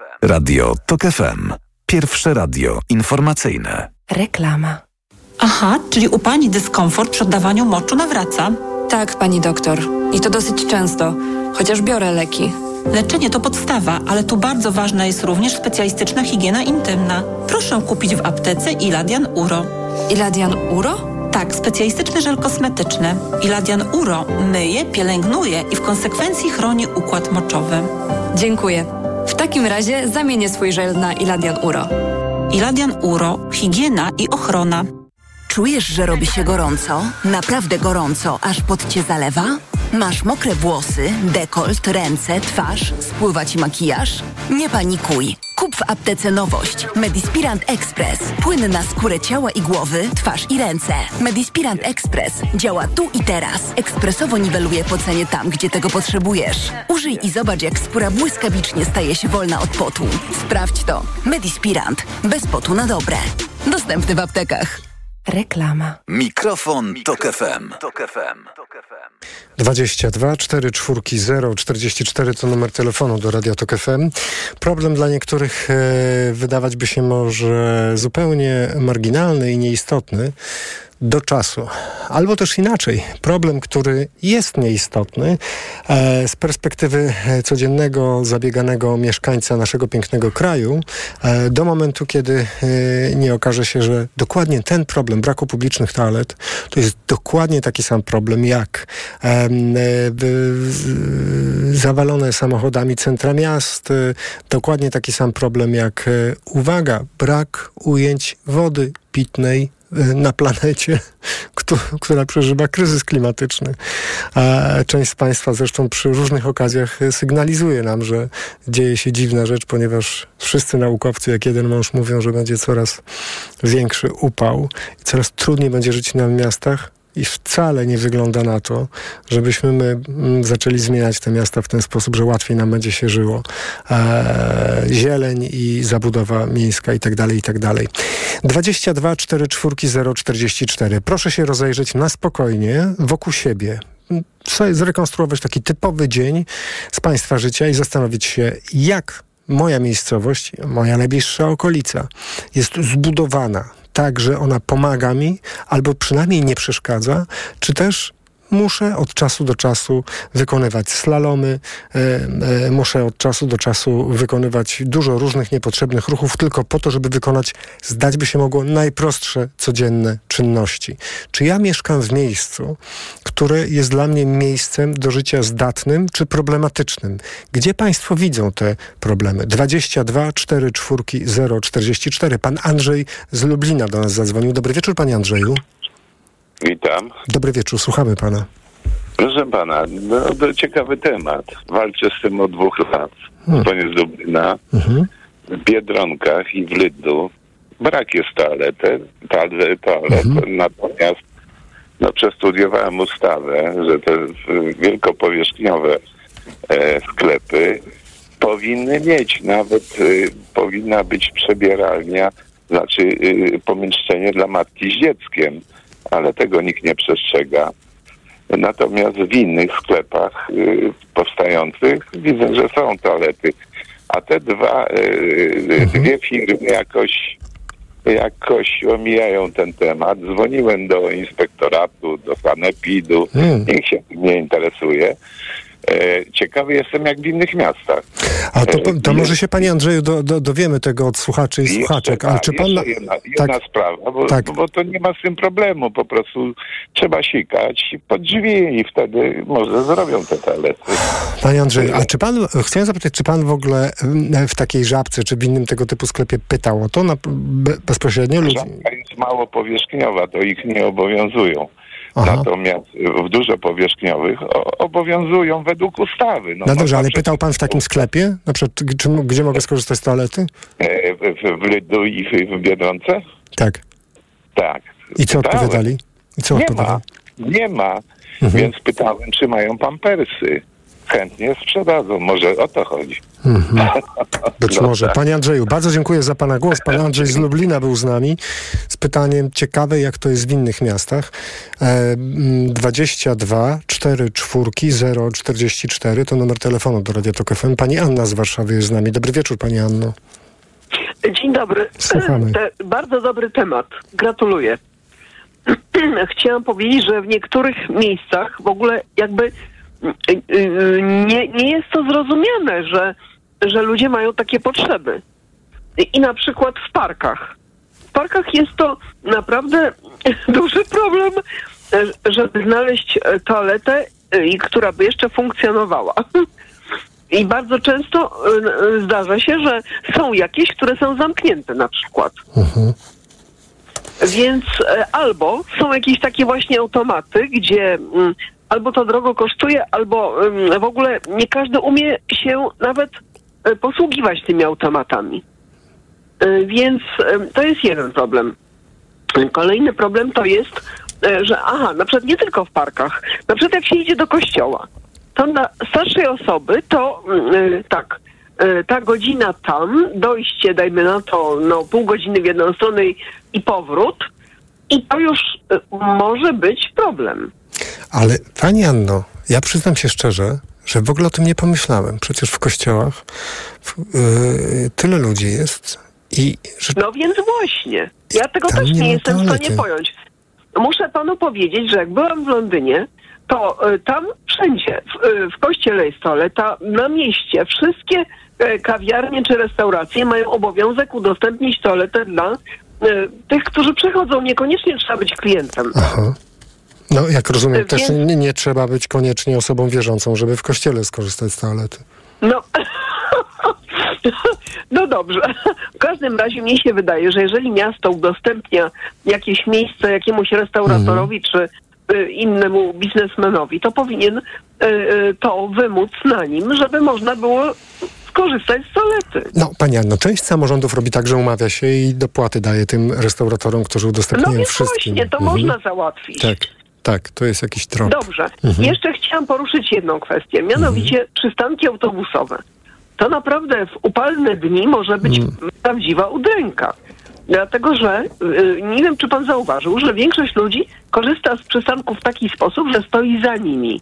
Radio Tok F M. Pierwsze radio informacyjne. Reklama. Aha, czyli u pani dyskomfort przy oddawaniu moczu nawraca? Tak, pani doktor. I to dosyć często, chociaż biorę leki. Leczenie to podstawa, ale tu bardzo ważna jest również specjalistyczna higiena intymna. Proszę kupić w aptece Iladian Uro. Iladian Uro? Tak, specjalistyczny żel kosmetyczny. Iladian Uro myje, pielęgnuje i w konsekwencji chroni układ moczowy. Dziękuję. W takim razie zamienię swój żel na Iladian Uro. Iladian Uro, higiena i ochrona. Czujesz, że robi się gorąco? Naprawdę gorąco, aż pot cię zalewa? Masz mokre włosy, dekolt, ręce, twarz, spływa ci makijaż? Nie panikuj. Kup w aptece nowość. Medispirant Express. Płyn na skórę ciała i głowy, twarz i ręce. Medispirant Express działa tu i teraz. Ekspresowo niweluje pocenie tam, gdzie tego potrzebujesz. Użyj i zobacz, jak skóra błyskawicznie staje się wolna od potu. Sprawdź to. Medispirant. Bez potu na dobre. Dostępny w aptekach. Reklama. Mikrofon Tok F M. dwadzieścia dwa cztery cztery zero czterdzieści cztery to numer telefonu do Radia Tok F M. Problem dla niektórych e, wydawać by się może zupełnie marginalny i nieistotny do czasu. Albo też inaczej. Problem, który jest nieistotny e, z perspektywy codziennego, zabieganego mieszkańca naszego pięknego kraju e, do momentu, kiedy e, nie okaże się, że dokładnie ten problem braku publicznych toalet to jest dokładnie taki sam problem jak e, e, zawalone samochodami centra miast, e, dokładnie taki sam problem jak, e, uwaga, brak ujęć wody pitnej na planecie, która przeżywa kryzys klimatyczny. A część z Państwa zresztą przy różnych okazjach sygnalizuje nam, że dzieje się dziwna rzecz, ponieważ wszyscy naukowcy jak jeden mąż mówią, że będzie coraz większy upał i coraz trudniej będzie żyć nam w miastach. I wcale nie wygląda na to, żebyśmy my mm, zaczęli zmieniać te miasta w ten sposób, że łatwiej nam będzie się żyło. Eee, zieleń i zabudowa miejska i tak dalej, i tak dalej. dwadzieścia dwa cztery cztery zero czterdzieści cztery. Proszę się rozejrzeć na spokojnie wokół siebie. Sobie zrekonstruować taki typowy dzień z Państwa życia i zastanowić się, jak moja miejscowość, moja najbliższa okolica jest zbudowana tak, że ona pomaga mi, albo przynajmniej nie przeszkadza, czy też muszę od czasu do czasu wykonywać slalomy, e, e, muszę od czasu do czasu wykonywać dużo różnych niepotrzebnych ruchów tylko po to, żeby wykonać, zdać by się mogło, najprostsze codzienne czynności. Czy ja mieszkam w miejscu, które jest dla mnie miejscem do życia zdatnym czy problematycznym? Gdzie Państwo widzą te problemy? dwadzieścia dwa cztery cztery zero czterdzieści cztery. Pan Andrzej z Lublina do nas zadzwonił. Dobry wieczór, panie Andrzeju. Witam. Dobry wieczór, słuchamy pana. Proszę pana, no, to ciekawy temat. Walczę z tym od dwóch lat. Hmm. To jest Lublina. Hmm. W Biedronkach i w Lidlu brak jest toalety, toalet, toalet. Hmm. Natomiast no, przestudiowałem ustawę, że te wielkopowierzchniowe e, sklepy powinny mieć, nawet y, powinna być przebieralnia, znaczy y, pomieszczenie dla matki z dzieckiem. Ale tego nikt nie przestrzega. Natomiast w innych sklepach y, powstających widzę, że są toalety. A te dwa, y, mhm. dwie firmy jakoś, jakoś omijają ten temat. Dzwoniłem do inspektoratu, do sanepidu. Hmm. Nikt się tym nie interesuje. Ciekawy jestem, jak w innych miastach. A to, to może się, panie Andrzeju, do, do, dowiemy tego od słuchaczy i słuchaczek. Ale czy pan... Jedna, jedna tak, sprawa, bo, tak. bo to nie ma z tym problemu. Po prostu trzeba sikać pod drzwi i wtedy może zrobią te toalety. Panie Andrzeju, a czy pan, chciałem zapytać, czy pan w ogóle w takiej Żabce, czy w innym tego typu sklepie pytał o to na, bezpośrednio ludzi? Żabka jest mało powierzchniowa, to ich nie obowiązują. Aha. Natomiast w dużo powierzchniowych obowiązują według ustawy. No, no dobrze, ale pytał pan w takim sklepie? Na przykład, czy, gdzie mogę skorzystać z toalety? W, w Lidlu i w, w Biedronce? Tak. Tak. I co pytałem. odpowiadali? I co nie odpowiadali? ma. Nie ma. Mhm. Więc pytałem, czy mają pampersy. Chętnie sprzedadzą. Może o to chodzi. Mhm. Być może. Panie Andrzeju, bardzo dziękuję za pana głos. Pan Andrzej z Lublina był z nami z pytaniem ciekawe, jak to jest w innych miastach. E, dwadzieścia dwa cztery cztery zero czterdzieści cztery to numer telefonu do Radia Tok F M. Pani Anna z Warszawy jest z nami. Dobry wieczór, pani Anno. Dzień dobry. Słuchamy. Te, bardzo dobry temat. Gratuluję. Chciałam powiedzieć, że w niektórych miejscach w ogóle jakby nie, nie jest to zrozumiane, że, że ludzie mają takie potrzeby. I na przykład w parkach. W parkach jest to naprawdę duży problem, żeby znaleźć toaletę, która by jeszcze funkcjonowała. I bardzo często zdarza się, że są jakieś, które są zamknięte na przykład. Mhm. Więc albo są jakieś takie właśnie automaty, gdzie albo to drogo kosztuje, albo w ogóle nie każdy umie się nawet posługiwać tymi automatami. Więc to jest jeden problem. Kolejny problem to jest, że aha, na przykład nie tylko w parkach, na przykład jak się idzie do kościoła, to dla starszej osoby to yy, tak, yy, ta godzina tam, dojście, dajmy na to, no pół godziny w jedną stronę i, i powrót, i to już yy, może być problem. Ale pani Anno, ja przyznam się szczerze, że w ogóle o tym nie pomyślałem. Przecież w kościołach yy, tyle ludzi jest i... Że... No więc właśnie, ja tego też nie, nie jestem w stanie pojąć. Muszę panu powiedzieć, że jak byłam w Londynie, to y, tam wszędzie, w, y, w kościele jest toaleta, na mieście wszystkie y, kawiarnie czy restauracje mają obowiązek udostępnić toaletę dla y, tych, którzy przychodzą. Niekoniecznie trzeba być klientem. Aha. No jak rozumiem, y, też więc... nie, nie trzeba być koniecznie osobą wierzącą, żeby w kościele skorzystać z toalety. No... No dobrze. W każdym razie mnie się wydaje, że jeżeli miasto udostępnia jakieś miejsce jakiemuś restauratorowi mm. czy y, innemu biznesmenowi, to powinien y, y, to wymóc na nim, żeby można było skorzystać z toalety. No, pani Anno, część samorządów robi tak, że umawia się i dopłaty daje tym restauratorom, którzy udostępniają no więc wszystkim. Właśnie, to mhm. można załatwić. Tak, tak, to jest jakiś trop. Dobrze. Mhm. Jeszcze chciałam poruszyć jedną kwestię, mianowicie mhm. przystanki autobusowe. To naprawdę w upalne dni może być hmm. prawdziwa udręka. Dlatego, że yy, nie wiem, czy pan zauważył, że większość ludzi korzysta z przystanków w taki sposób, że stoi za nimi.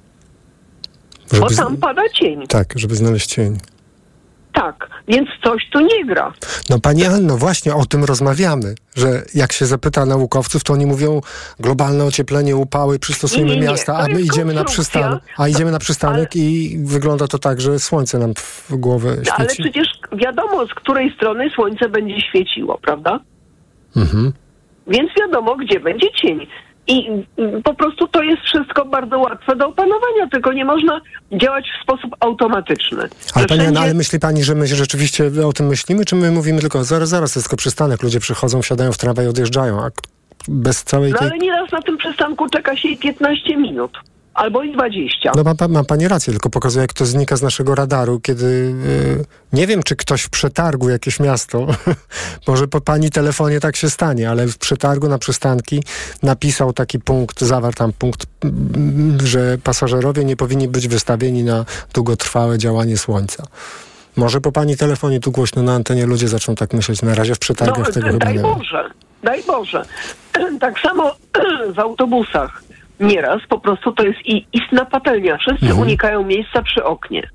Żeby bo tam z... pada cień. Tak, żeby znaleźć cień. Tak, więc coś tu nie gra. No pani Anno, właśnie o tym rozmawiamy, że jak się zapyta naukowców, to oni mówią globalne ocieplenie, upały, przystosujmy nie, nie, nie. miasta, a my idziemy na przystanek, a idziemy na przystanek ale... i wygląda to tak, że słońce nam w głowę świeci. Ale przecież wiadomo, z której strony słońce będzie świeciło, prawda? Mhm. Więc wiadomo, gdzie będzie cień. I po prostu to jest wszystko bardzo łatwe do opanowania, tylko nie można działać w sposób automatyczny. Ale pani, wszędzie... no, ale myśli pani, że my rzeczywiście o tym myślimy, czy my mówimy tylko zaraz, zaraz, to jest tylko przystanek, ludzie przychodzą, wsiadają w tramwaj i odjeżdżają, a bez całej no, tej... ale nieraz na tym przystanku czeka się i piętnaście minut. Albo i dwadzieścia. No ma, ma pani rację, tylko pokazuje, jak to znika z naszego radaru, kiedy yy, nie wiem, czy ktoś w przetargu jakieś miasto, może po pani telefonie tak się stanie, ale w przetargu na przystanki napisał taki punkt, zawarł tam punkt, yy, że pasażerowie nie powinni być wystawieni na długotrwałe działanie słońca. Może po pani telefonie tu głośno na antenie ludzie zaczną tak myśleć, na razie w przetargach no, tego chyba nie ma. Daj Boże, daj Boże. Tak samo w autobusach. Nieraz po prostu to jest i istna patelnia. Wszyscy mhm. unikają miejsca przy oknie.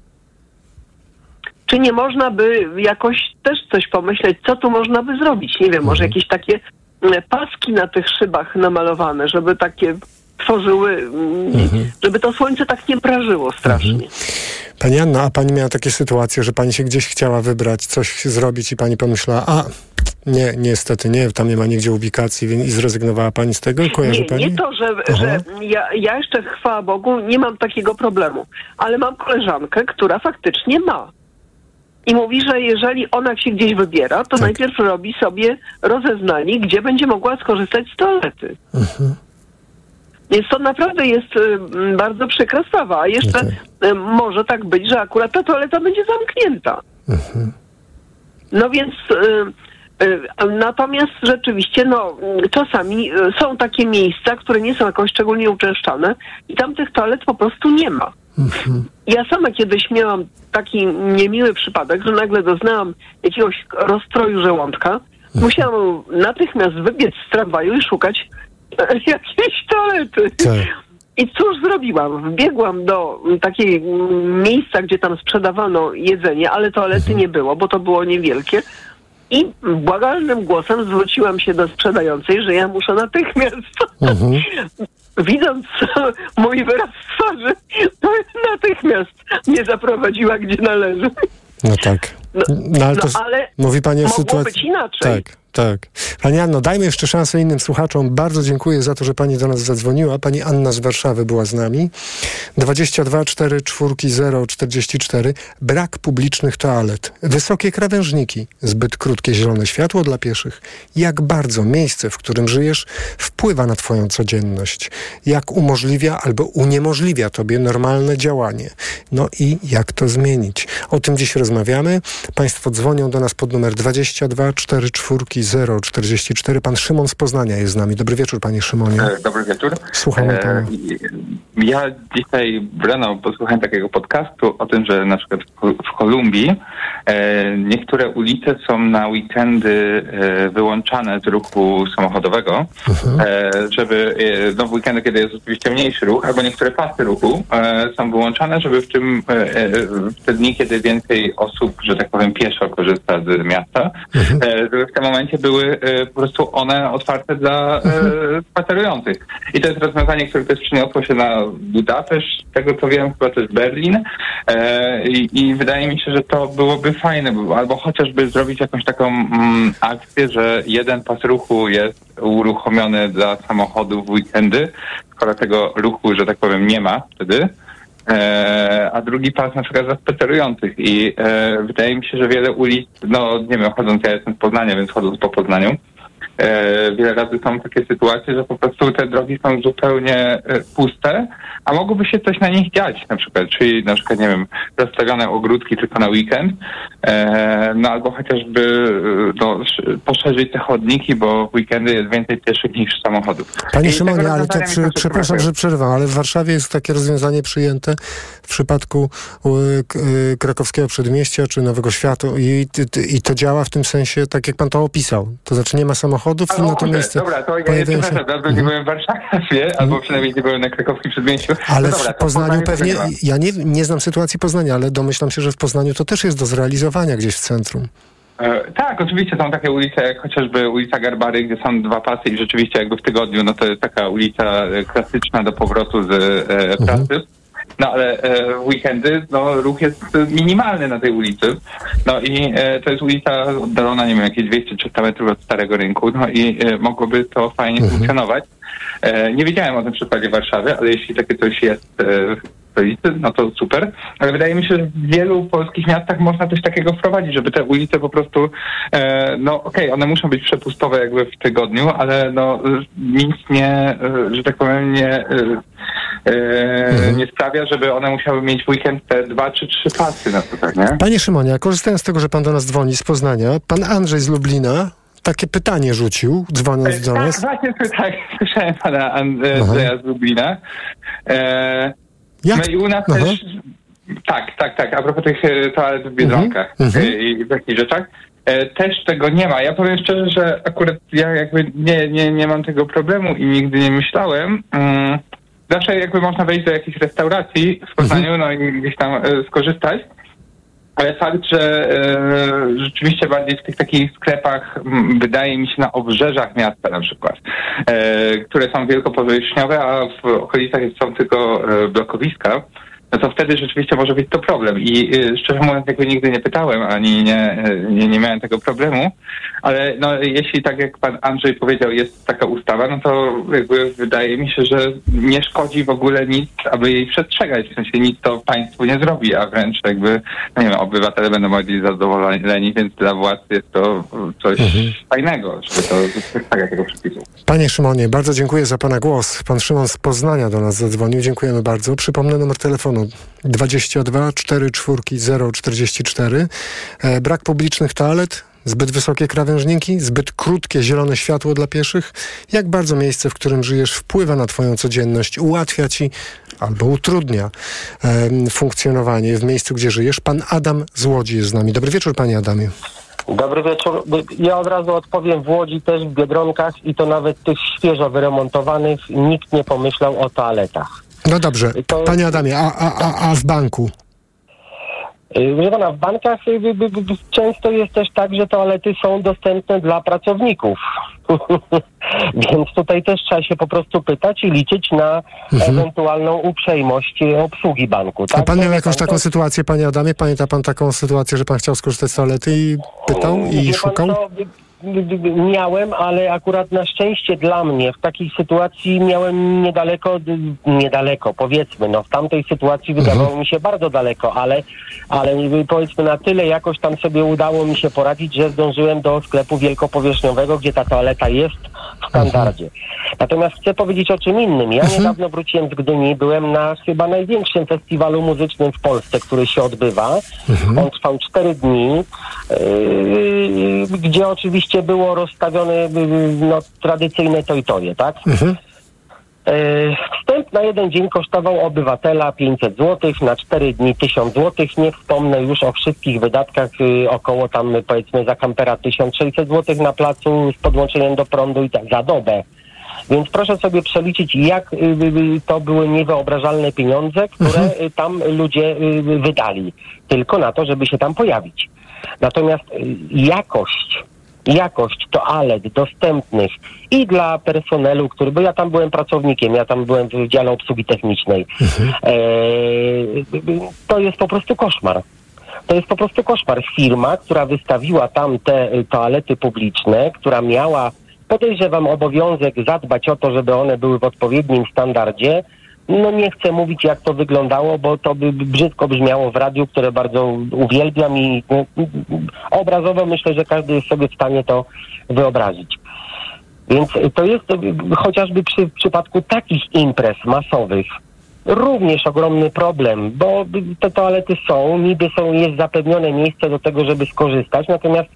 Czy nie można by jakoś też coś pomyśleć, co tu można by zrobić? Nie wiem, mhm. może jakieś takie paski na tych szybach namalowane, żeby takie tworzyły, mhm. żeby to słońce tak nie prażyło strasznie. Mhm. Pani Anna, a pani miała takie sytuacje, że pani się gdzieś chciała wybrać, coś zrobić i pani pomyślała, a nie, niestety nie, tam nie ma nigdzie ubikacji i zrezygnowała pani z tego? Kojarzy nie, pani? nie to, że, że ja, ja jeszcze, chwała Bogu, nie mam takiego problemu, ale mam koleżankę, która faktycznie ma. I mówi, że jeżeli ona się gdzieś wybiera, to tak. najpierw robi sobie rozeznanie, gdzie będzie mogła skorzystać z toalety. Mhm. Więc to naprawdę jest y, bardzo przykra sprawa. A jeszcze okay. y, może tak być, że akurat ta toaleta będzie zamknięta. Mhm. No więc... Y, y, natomiast rzeczywiście, no, czasami y, są takie miejsca, które nie są jakoś szczególnie uczęszczane i tam tych toalet po prostu nie ma. Mhm. Ja sama kiedyś miałam taki niemiły przypadek, że nagle doznałam jakiegoś rozstroju żołądka. Mhm. Musiałam natychmiast wybiec z tramwaju i szukać jakiejś toalety. Tak. I cóż zrobiłam? Wbiegłam do takiej miejsca, gdzie tam sprzedawano jedzenie, ale toalety mhm. nie było, bo to było niewielkie. I błagalnym głosem zwróciłam się do sprzedającej, że ja muszę natychmiast. Mhm. Widząc mój wyraz twarzy, to natychmiast mnie zaprowadziła gdzie należy. No tak. No, no, ale, to no, ale mówi pani o mogło sytuacji. być inaczej. Tak. Tak. Pani Anno, dajmy jeszcze szansę innym słuchaczom. Bardzo dziękuję za to, że pani do nas zadzwoniła. Pani Anna z Warszawy była z nami. dwadzieścia dwa cztery cztery zero czterdzieści cztery. Brak publicznych toalet. Wysokie krawężniki. Zbyt krótkie zielone światło dla pieszych. Jak bardzo miejsce, w którym żyjesz, wpływa na twoją codzienność. Jak umożliwia albo uniemożliwia tobie normalne działanie. No i jak to zmienić? O tym dziś rozmawiamy. Państwo dzwonią do nas pod numer dwadzieścia dwa cztery cztery zero czterdzieści cztery. Pan Szymon z Poznania jest z nami. Dobry wieczór, panie Szymonie. Dobry wieczór. Słuchamy pana. Ja dzisiaj rano posłuchałem takiego podcastu o tym, że na przykład w Kolumbii e, niektóre ulice są na weekendy e, wyłączane z ruchu samochodowego, mhm. e, żeby e, no w weekendy, kiedy jest oczywiście mniejszy ruch, albo niektóre pasy ruchu e, są wyłączane, żeby w tym e, w te dni, kiedy więcej osób, że tak powiem, pieszo korzysta z miasta, mhm. e, żeby w tym momencie były e, po prostu one otwarte dla e, spacerujących. I to jest rozwiązanie, które też przyniosło się na Budapeszt, z tego co wiem, chyba też Berlin. E, i, I wydaje mi się, że to byłoby fajne, albo chociażby zrobić jakąś taką mm, akcję, że jeden pas ruchu jest uruchomiony dla samochodów w weekendy, skoro tego ruchu, że tak powiem, nie ma wtedy. E, a drugi pas na przykład dla spacerujących i e, wydaje mi się, że wiele ulic, no nie wiem, chodząc, ja jestem z Poznania, więc chodząc po Poznaniu, e, wiele razy są takie sytuacje, że po prostu te drogi są zupełnie e, puste, a mogłoby się coś na nich dziać na przykład, czyli na przykład, nie wiem, rozstawione ogródki tylko na weekend, e, no albo chociażby no, poszerzyć te chodniki, bo w weekendy jest więcej pieszych niż samochodów. Panie Szymonie, ale to przy, przepraszam, że przerwam, ale w Warszawie jest takie rozwiązanie przyjęte w przypadku y, krakowskiego przedmieścia czy Nowego Światu i, i, i to działa w tym sensie, tak jak pan to opisał. To znaczy nie ma samochodów i na to miejsce... Dobra, to ja przepraszam, się... albo nie byłem w Warszawie, albo przynajmniej nie byłem na krakowskim przedmieściu. Ale no dobra, w Poznaniu pewnie, ja nie, nie znam sytuacji Poznania, ale domyślam się, że w Poznaniu to też jest do zrealizowania gdzieś w centrum. E, tak, oczywiście są takie ulice jak chociażby ulica Garbary, gdzie są dwa pasy i rzeczywiście jakby w tygodniu, no to jest taka ulica klasyczna do powrotu z e, pracy. Mhm. No ale e, w weekendy no, ruch jest minimalny na tej ulicy. No i e, to jest ulica oddalona, nie wiem, jakieś dwieście trzysta metrów od Starego Rynku. No i e, mogłoby to fajnie mhm. funkcjonować. E, nie wiedziałem o tym przykładzie Warszawy, ale jeśli takie coś jest e, w stolicy, no to super. Ale wydaje mi się, że w wielu polskich miastach można coś takiego wprowadzić, żeby te ulice po prostu, e, no okej, okay, one muszą być przepustowe jakby w tygodniu, ale no nic nie, e, że tak powiem, nie... E, Mhm. nie sprawia, żeby one musiały mieć w weekend te dwa czy trzy pasy na przykład, nie? Panie Szymonie, korzystając z tego, że pan do nas dzwoni z Poznania, pan Andrzej z Lublina takie pytanie rzucił, dzwoniąc do nas. Tak, właśnie tak, słyszałem pana Andrzeja z Lublina. E, Jak? No i u nas Aha. też... Tak, tak, tak, a propos tych toalet w Biedronkach mhm. i, i takich rzeczach. E, też tego nie ma. Ja powiem szczerze, że akurat ja jakby nie, nie, nie mam tego problemu i nigdy nie myślałem. Mm. Zawsze jakby można wejść do jakiejś restauracji w Poznaniu, mhm. no i gdzieś tam e, skorzystać, ale fakt, że e, rzeczywiście bardziej w tych takich sklepach, m, wydaje mi się, na obrzeżach miasta na przykład, e, które są wielkopowierzchniowe, a w okolicach są tylko e, blokowiska, no to wtedy rzeczywiście może być to problem. I y, szczerze mówiąc, jakby nigdy nie pytałem, ani nie, nie, nie miałem tego problemu, ale no, jeśli tak jak pan Andrzej powiedział, jest taka ustawa, no to jakby wydaje mi się, że nie szkodzi w ogóle nic, aby jej przestrzegać. W sensie nic to państwu nie zrobi, a wręcz jakby, no nie wiem, obywatele będą bardziej zadowoleni, więc dla władz jest to coś mhm. fajnego, żeby to przestrzegać tego przepisu. Panie Szymonie, bardzo dziękuję za pana głos. Pan Szymon z Poznania do nas zadzwonił. Dziękujemy bardzo. Przypomnę numer telefonu dwadzieścia dwa cztery cztery zero czterdzieści cztery. E, brak publicznych toalet, zbyt wysokie krawężniki, zbyt krótkie zielone światło dla pieszych. Jak bardzo miejsce, w którym żyjesz, wpływa na twoją codzienność, ułatwia ci albo utrudnia e, funkcjonowanie w miejscu, gdzie żyjesz. Pan Adam z Łodzi jest z nami. Dobry wieczór, panie Adamie. Dobry wieczór. Ja od razu odpowiem, w Łodzi też, w Biedronkach i to nawet tych świeżo wyremontowanych nikt nie pomyślał o toaletach. No dobrze, to... panie Adamie, a, a, a, a w banku? Proszę pana, w bankach często jest też tak, że toalety są dostępne dla pracowników. Więc tutaj też trzeba się po prostu pytać i liczyć na mhm. ewentualną uprzejmość obsługi banku. Tak? A pan miał jakąś taką to... sytuację, panie Adamie? Pamięta pan taką sytuację, że pan chciał skorzystać z toalety i pytał i Wie szukał? Pan, to, miałem, ale akurat na szczęście dla mnie w takiej sytuacji miałem niedaleko, niedaleko powiedzmy, no w tamtej sytuacji wydawało mhm. mi się bardzo daleko, ale, ale powiedzmy na tyle jakoś tam sobie udało mi się poradzić, że zdążyłem do sklepu wielkopowierzchniowego, gdzie ta toaleta jest w standardzie. Mhm. Natomiast chcę powiedzieć o czym innym. Ja mhm. niedawno wróciłem z Gdyni, byłem na chyba największym festiwalu muzycznym w Polsce, który się odbywa. Mhm. On trwał cztery dni, yy, gdzie oczywiście było rozstawione no, tradycyjne toj-toje, tak? Mhm. Yy, wstęp na jeden dzień kosztował obywatela pięćset złotych, na cztery dni tysiąc złotych. Nie wspomnę już o wszystkich wydatkach, yy, około tam powiedzmy za kampera tysiąc sześćset złotych na placu z podłączeniem do prądu i tak za dobę. Więc proszę sobie przeliczyć, jak y, y, to były niewyobrażalne pieniądze, które mhm. y, tam ludzie y, wydali. Tylko na to, żeby się tam pojawić. Natomiast y, jakość, jakość toalet dostępnych i dla personelu, który, bo ja tam byłem pracownikiem, ja tam byłem w dziale obsługi technicznej, mhm. e, to jest po prostu koszmar. To jest po prostu koszmar. Firma, która wystawiła tam te toalety publiczne, która miała, podejrzewam, obowiązek zadbać o to, żeby one były w odpowiednim standardzie. No nie chcę mówić, jak to wyglądało, bo to by brzydko brzmiało w radiu, które bardzo uwielbiam i no, obrazowo myślę, że każdy jest sobie w stanie to wyobrazić. Więc to jest chociażby przy w przypadku takich imprez masowych również ogromny problem, bo te toalety są, niby są, jest zapewnione miejsce do tego, żeby skorzystać, natomiast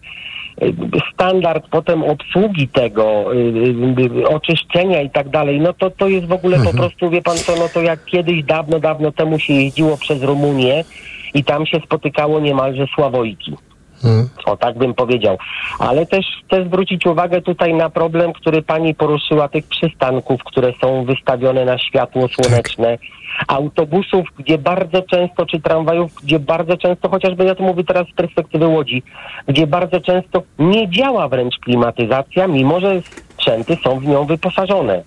standard potem obsługi tego, yy, oczyszczenia i tak dalej, no to to jest w ogóle mhm. po prostu, wie pan co, no to jak kiedyś dawno, dawno temu się jeździło przez Rumunię i tam się spotykało niemalże sławojki. Mhm. O, tak bym powiedział. Ale też chcę zwrócić uwagę tutaj na problem, który pani poruszyła, tych przystanków, które są wystawione na światło słoneczne. Tak. Autobusów, gdzie bardzo często, czy tramwajów, gdzie bardzo często, chociażby ja to mówię teraz z perspektywy Łodzi, gdzie bardzo często nie działa wręcz klimatyzacja, mimo że sprzęty są w nią wyposażone.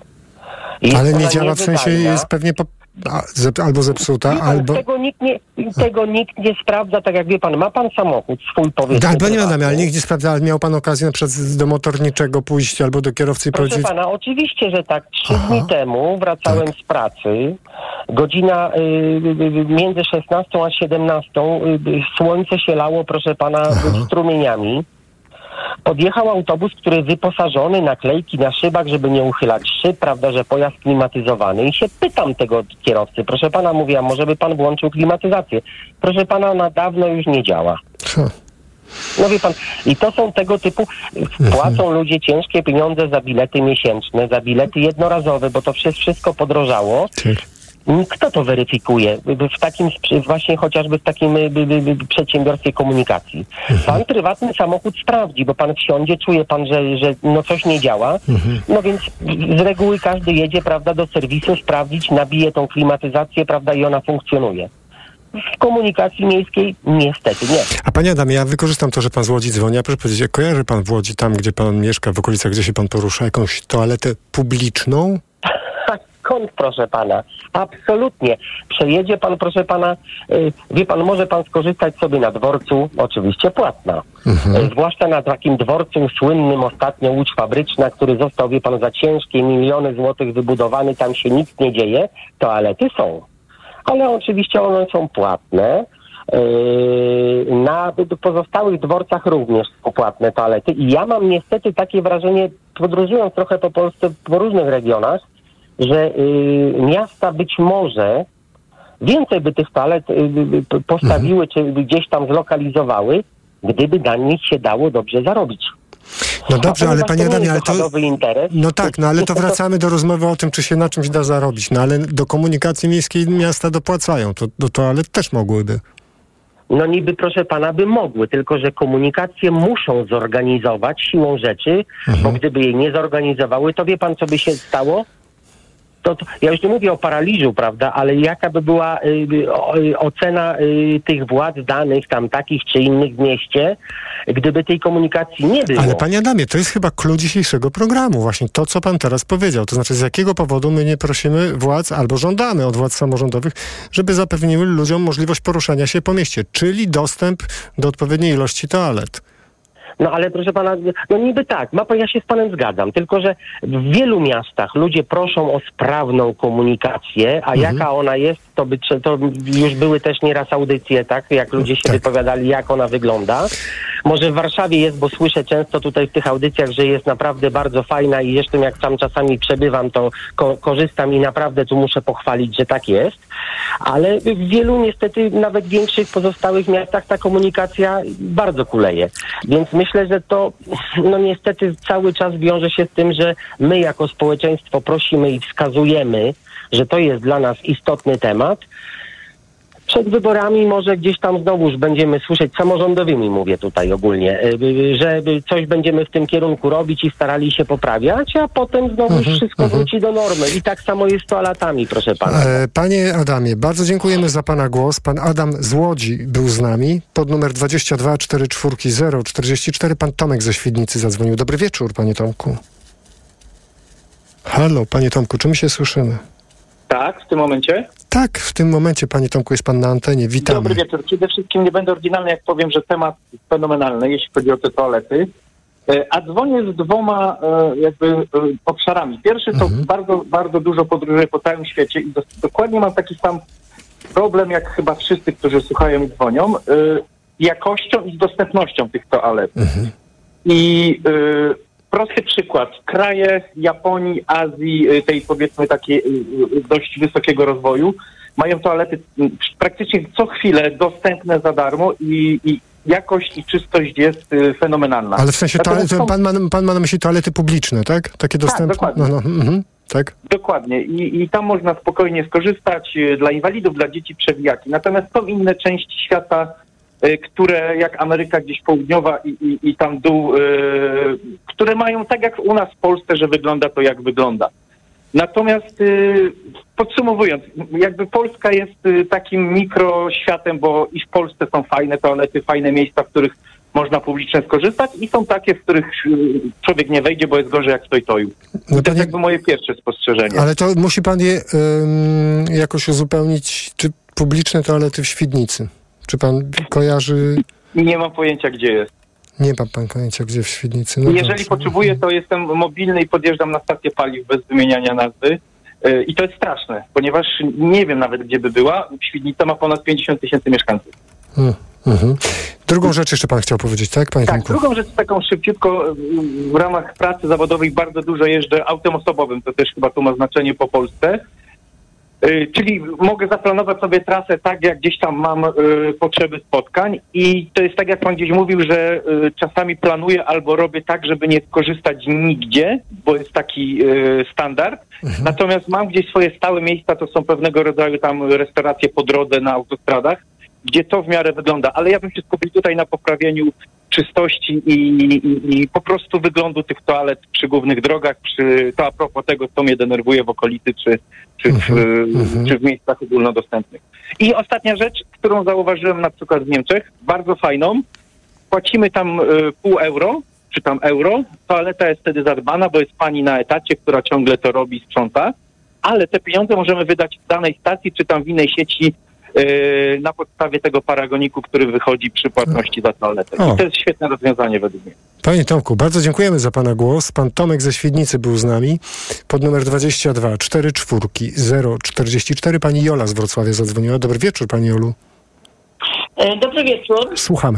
Jest Ale nie działa w sensie, jest pewnie po, a, zep, albo zepsuta, pan, albo... Tego nikt, nie, tego nikt nie sprawdza, tak jak wie pan, ma pan samochód swój, powiedzmy. Tak, panie Adamie, ale nikt nie sprawdza, ale miał pan okazję na przykład do motorniczego pójść albo do kierowcy i Proszę powiedzieć... pana, oczywiście, że tak. Trzy Aha. dni temu wracałem tak. z pracy, godzina y, między szesnastą a siedemnastą, y, słońce się lało, proszę pana, Aha. strumieniami. Podjechał autobus, który wyposażony, naklejki na szybach, żeby nie uchylać szyb, prawda, że pojazd klimatyzowany. I się pytam tego kierowcy, proszę pana, mówię, a może by pan włączył klimatyzację? Proszę pana, ona dawno już nie działa. Huh. No wie pan, i to są tego typu, płacą ludzie ciężkie pieniądze za bilety miesięczne, za bilety jednorazowe, bo to wszystko podrożało. Kto to weryfikuje? W takim, właśnie chociażby w takim przedsiębiorstwie komunikacji. Pan prywatny samochód sprawdzi, bo pan wsiądzie, czuje pan, że, że no coś nie działa. No więc z reguły każdy jedzie, prawda, do serwisu sprawdzić, nabije tą klimatyzację, prawda, i ona funkcjonuje. W komunikacji miejskiej niestety nie. A panie Adamie, ja wykorzystam to, że pan z Łodzi dzwoni. A proszę powiedzieć, kojarzy pan w Łodzi, tam gdzie pan mieszka, w okolicach, gdzie się pan porusza, jakąś toaletę publiczną? Skąd, proszę pana? Absolutnie. Przejedzie pan, proszę pana, yy, wie pan, może pan skorzystać sobie na dworcu, oczywiście płatna. Mhm. Yy, zwłaszcza na takim dworcu słynnym ostatnio Łódź Fabryczna, który został, wie pan, za ciężkie miliony złotych wybudowany, tam się nic nie dzieje, toalety są. Ale oczywiście one są płatne. Yy, na pozostałych dworcach również są płatne toalety i ja mam niestety takie wrażenie, podróżując trochę po Polsce, po różnych regionach, że y, miasta być może więcej by tych toalet y, y, postawiły, mhm. czy gdzieś tam zlokalizowały, gdyby na nich się dało dobrze zarobić. No dobrze, ale panie Adamie, ale to... Interes, no tak, no ale to wracamy do rozmowy o tym, czy się na czymś da zarobić. No ale do komunikacji miejskiej miasta dopłacają, to do toalet też mogłyby. No niby, proszę pana, by mogły, tylko że komunikacje muszą zorganizować siłą rzeczy, mhm. bo gdyby jej nie zorganizowały, to wie pan, co by się stało? to, to ja już nie mówię o paraliżu, prawda, ale jaka by była y, o, y, ocena y, tych władz danych tam takich czy innych w mieście, gdyby tej komunikacji nie było. Ale panie Adamie, to jest chyba klucz dzisiejszego programu, właśnie to, co pan teraz powiedział. To znaczy, z jakiego powodu my nie prosimy władz albo żądamy od władz samorządowych, żeby zapewniły ludziom możliwość poruszania się po mieście, czyli dostęp do odpowiedniej ilości toalet. No ale proszę pana, no niby tak, ma, ja się z panem zgadzam, tylko że w wielu miastach ludzie proszą o sprawną komunikację, a mhm. jaka ona jest, to, by, to już były też nieraz audycje, tak, jak ludzie się tak. wypowiadali, jak ona wygląda. Może w Warszawie jest, bo słyszę często tutaj w tych audycjach, że jest naprawdę bardzo fajna i zresztą jak tam czasami przebywam, to ko- korzystam i naprawdę tu muszę pochwalić, że tak jest. Ale w wielu niestety, nawet większych pozostałych miastach ta komunikacja bardzo kuleje. Więc myślę, że to no niestety cały czas wiąże się z tym, że my jako społeczeństwo prosimy i wskazujemy, że to jest dla nas istotny temat. Przed wyborami może gdzieś tam znowuż będziemy słyszeć, samorządowymi mówię tutaj ogólnie, że coś będziemy w tym kierunku robić i starali się poprawiać, a potem znowu mhm, wszystko mhm. wróci do normy. I tak samo jest z toaletami, proszę pana. E, panie Adamie, bardzo dziękujemy za pana głos. Pan Adam z Łodzi był z nami. Pod numer dwadzieścia dwa czterdzieści cztery zero czterdzieści cztery pan Tomek ze Świdnicy zadzwonił. Dobry wieczór, panie Tomku. Halo, panie Tomku, czy my się słyszymy? Tak, w tym momencie? Tak, w tym momencie, panie Tomku, jest pan na antenie. Witamy. Dobry wieczór. Przede wszystkim nie będę oryginalny, jak powiem, że temat jest fenomenalny, jeśli chodzi o te toalety. A dzwonię z dwoma jakby obszarami. Pierwszy to mhm. bardzo, bardzo dużo podróżuję po całym świecie i dokładnie mam taki sam problem, jak chyba wszyscy, którzy słuchają i dzwonią, jakością i z dostępnością tych toalet. Mhm. I prosty przykład. Kraje Japonii, Azji, tej powiedzmy takiej dość wysokiego rozwoju, mają toalety praktycznie co chwilę dostępne za darmo i, i jakość i czystość jest fenomenalna. Ale w sensie toalety, są... pan, ma, pan ma na myśli toalety publiczne, tak? Takie dostępne? Tak, dokładnie. No, no, mhm, tak? Dokładnie. I, I tam można spokojnie skorzystać dla inwalidów, dla dzieci przewijaki. Natomiast są inne części świata, które jak Ameryka gdzieś południowa i, i, i tam dół, yy, które mają tak jak u nas w Polsce, że wygląda to jak wygląda. Natomiast yy, podsumowując, jakby Polska jest yy, takim mikroświatem, bo i w Polsce są fajne toalety, fajne miejsca, w których można publicznie skorzystać i są takie, w których yy, człowiek nie wejdzie, bo jest gorzej jak stoi toju. No to jest jakby moje pierwsze spostrzeżenie. Ale to musi pan je yy, jakoś uzupełnić, czy publiczne toalety w Świdnicy? Czy pan kojarzy... Nie mam pojęcia, gdzie jest. Nie ma pan pojęcia, gdzie w Świdnicy. No Jeżeli dobrze. potrzebuję, to jestem mobilny i podjeżdżam na stację paliw bez wymieniania nazwy. Yy, I to jest straszne, ponieważ nie wiem nawet, gdzie by była. Świdnica ma ponad pięćdziesiąt tysięcy mieszkańców. Hmm, mhm. Drugą rzecz jeszcze pan chciał powiedzieć, tak, panie Tak, Tomku? drugą rzecz taką szybciutko. W ramach pracy zawodowej bardzo dużo jeżdżę autem osobowym. To też chyba tu ma znaczenie po Polsce. Yy, czyli mogę zaplanować sobie trasę tak, jak gdzieś tam mam yy, potrzeby spotkań i to jest tak, jak pan gdzieś mówił, że yy, czasami planuję albo robię tak, żeby nie korzystać nigdzie, bo jest taki yy, standard. Mhm. Natomiast mam gdzieś swoje stałe miejsca, to są pewnego rodzaju tam restauracje po drodze na autostradach, gdzie to w miarę wygląda. Ale ja bym się skupił tutaj na poprawieniu czystości i, i, i po prostu wyglądu tych toalet przy głównych drogach, przy, to a propos tego, co mnie denerwuje w okolicy, czy, czy, w, mm-hmm. czy w miejscach ogólnodostępnych. I ostatnia rzecz, którą zauważyłem na przykład w Niemczech, bardzo fajną, płacimy tam y, pół euro, czy tam euro, toaleta jest wtedy zadbana, bo jest pani na etacie, która ciągle to robi, sprząta, ale te pieniądze możemy wydać w danej stacji, czy tam w innej sieci, na podstawie tego paragoniku, który wychodzi przy płatności za toaletę. I to jest świetne rozwiązanie według mnie. Panie Tomku, bardzo dziękujemy za pana głos. Pan Tomek ze Świdnicy był z nami. Pod numer dwadzieścia dwa czterdzieści cztery zero czterdzieści cztery pani Jola z Wrocławia zadzwoniła. Dobry wieczór, pani Jolu. Dobry wieczór. Słuchamy.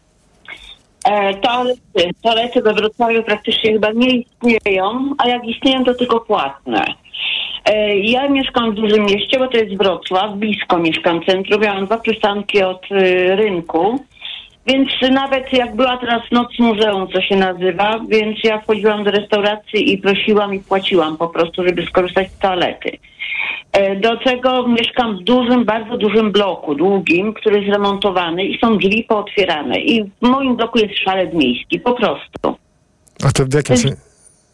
E, toalety, toalety we Wrocławiu praktycznie chyba nie istnieją, a jak istnieją, to tylko płatne. E, ja mieszkam w dużym mieście, bo to jest Wrocław, blisko mieszkam w centrum. Ja mam dwa przystanki od y, rynku, więc nawet jak była teraz Noc Muzeum, co się nazywa, więc ja wchodziłam do restauracji i prosiłam i płaciłam po prostu, żeby skorzystać z toalety. E, do tego mieszkam w dużym, bardzo dużym bloku, długim, który jest remontowany i są drzwi pootwierane. I w moim bloku jest szalet miejski, po prostu. A to w jakim sensie?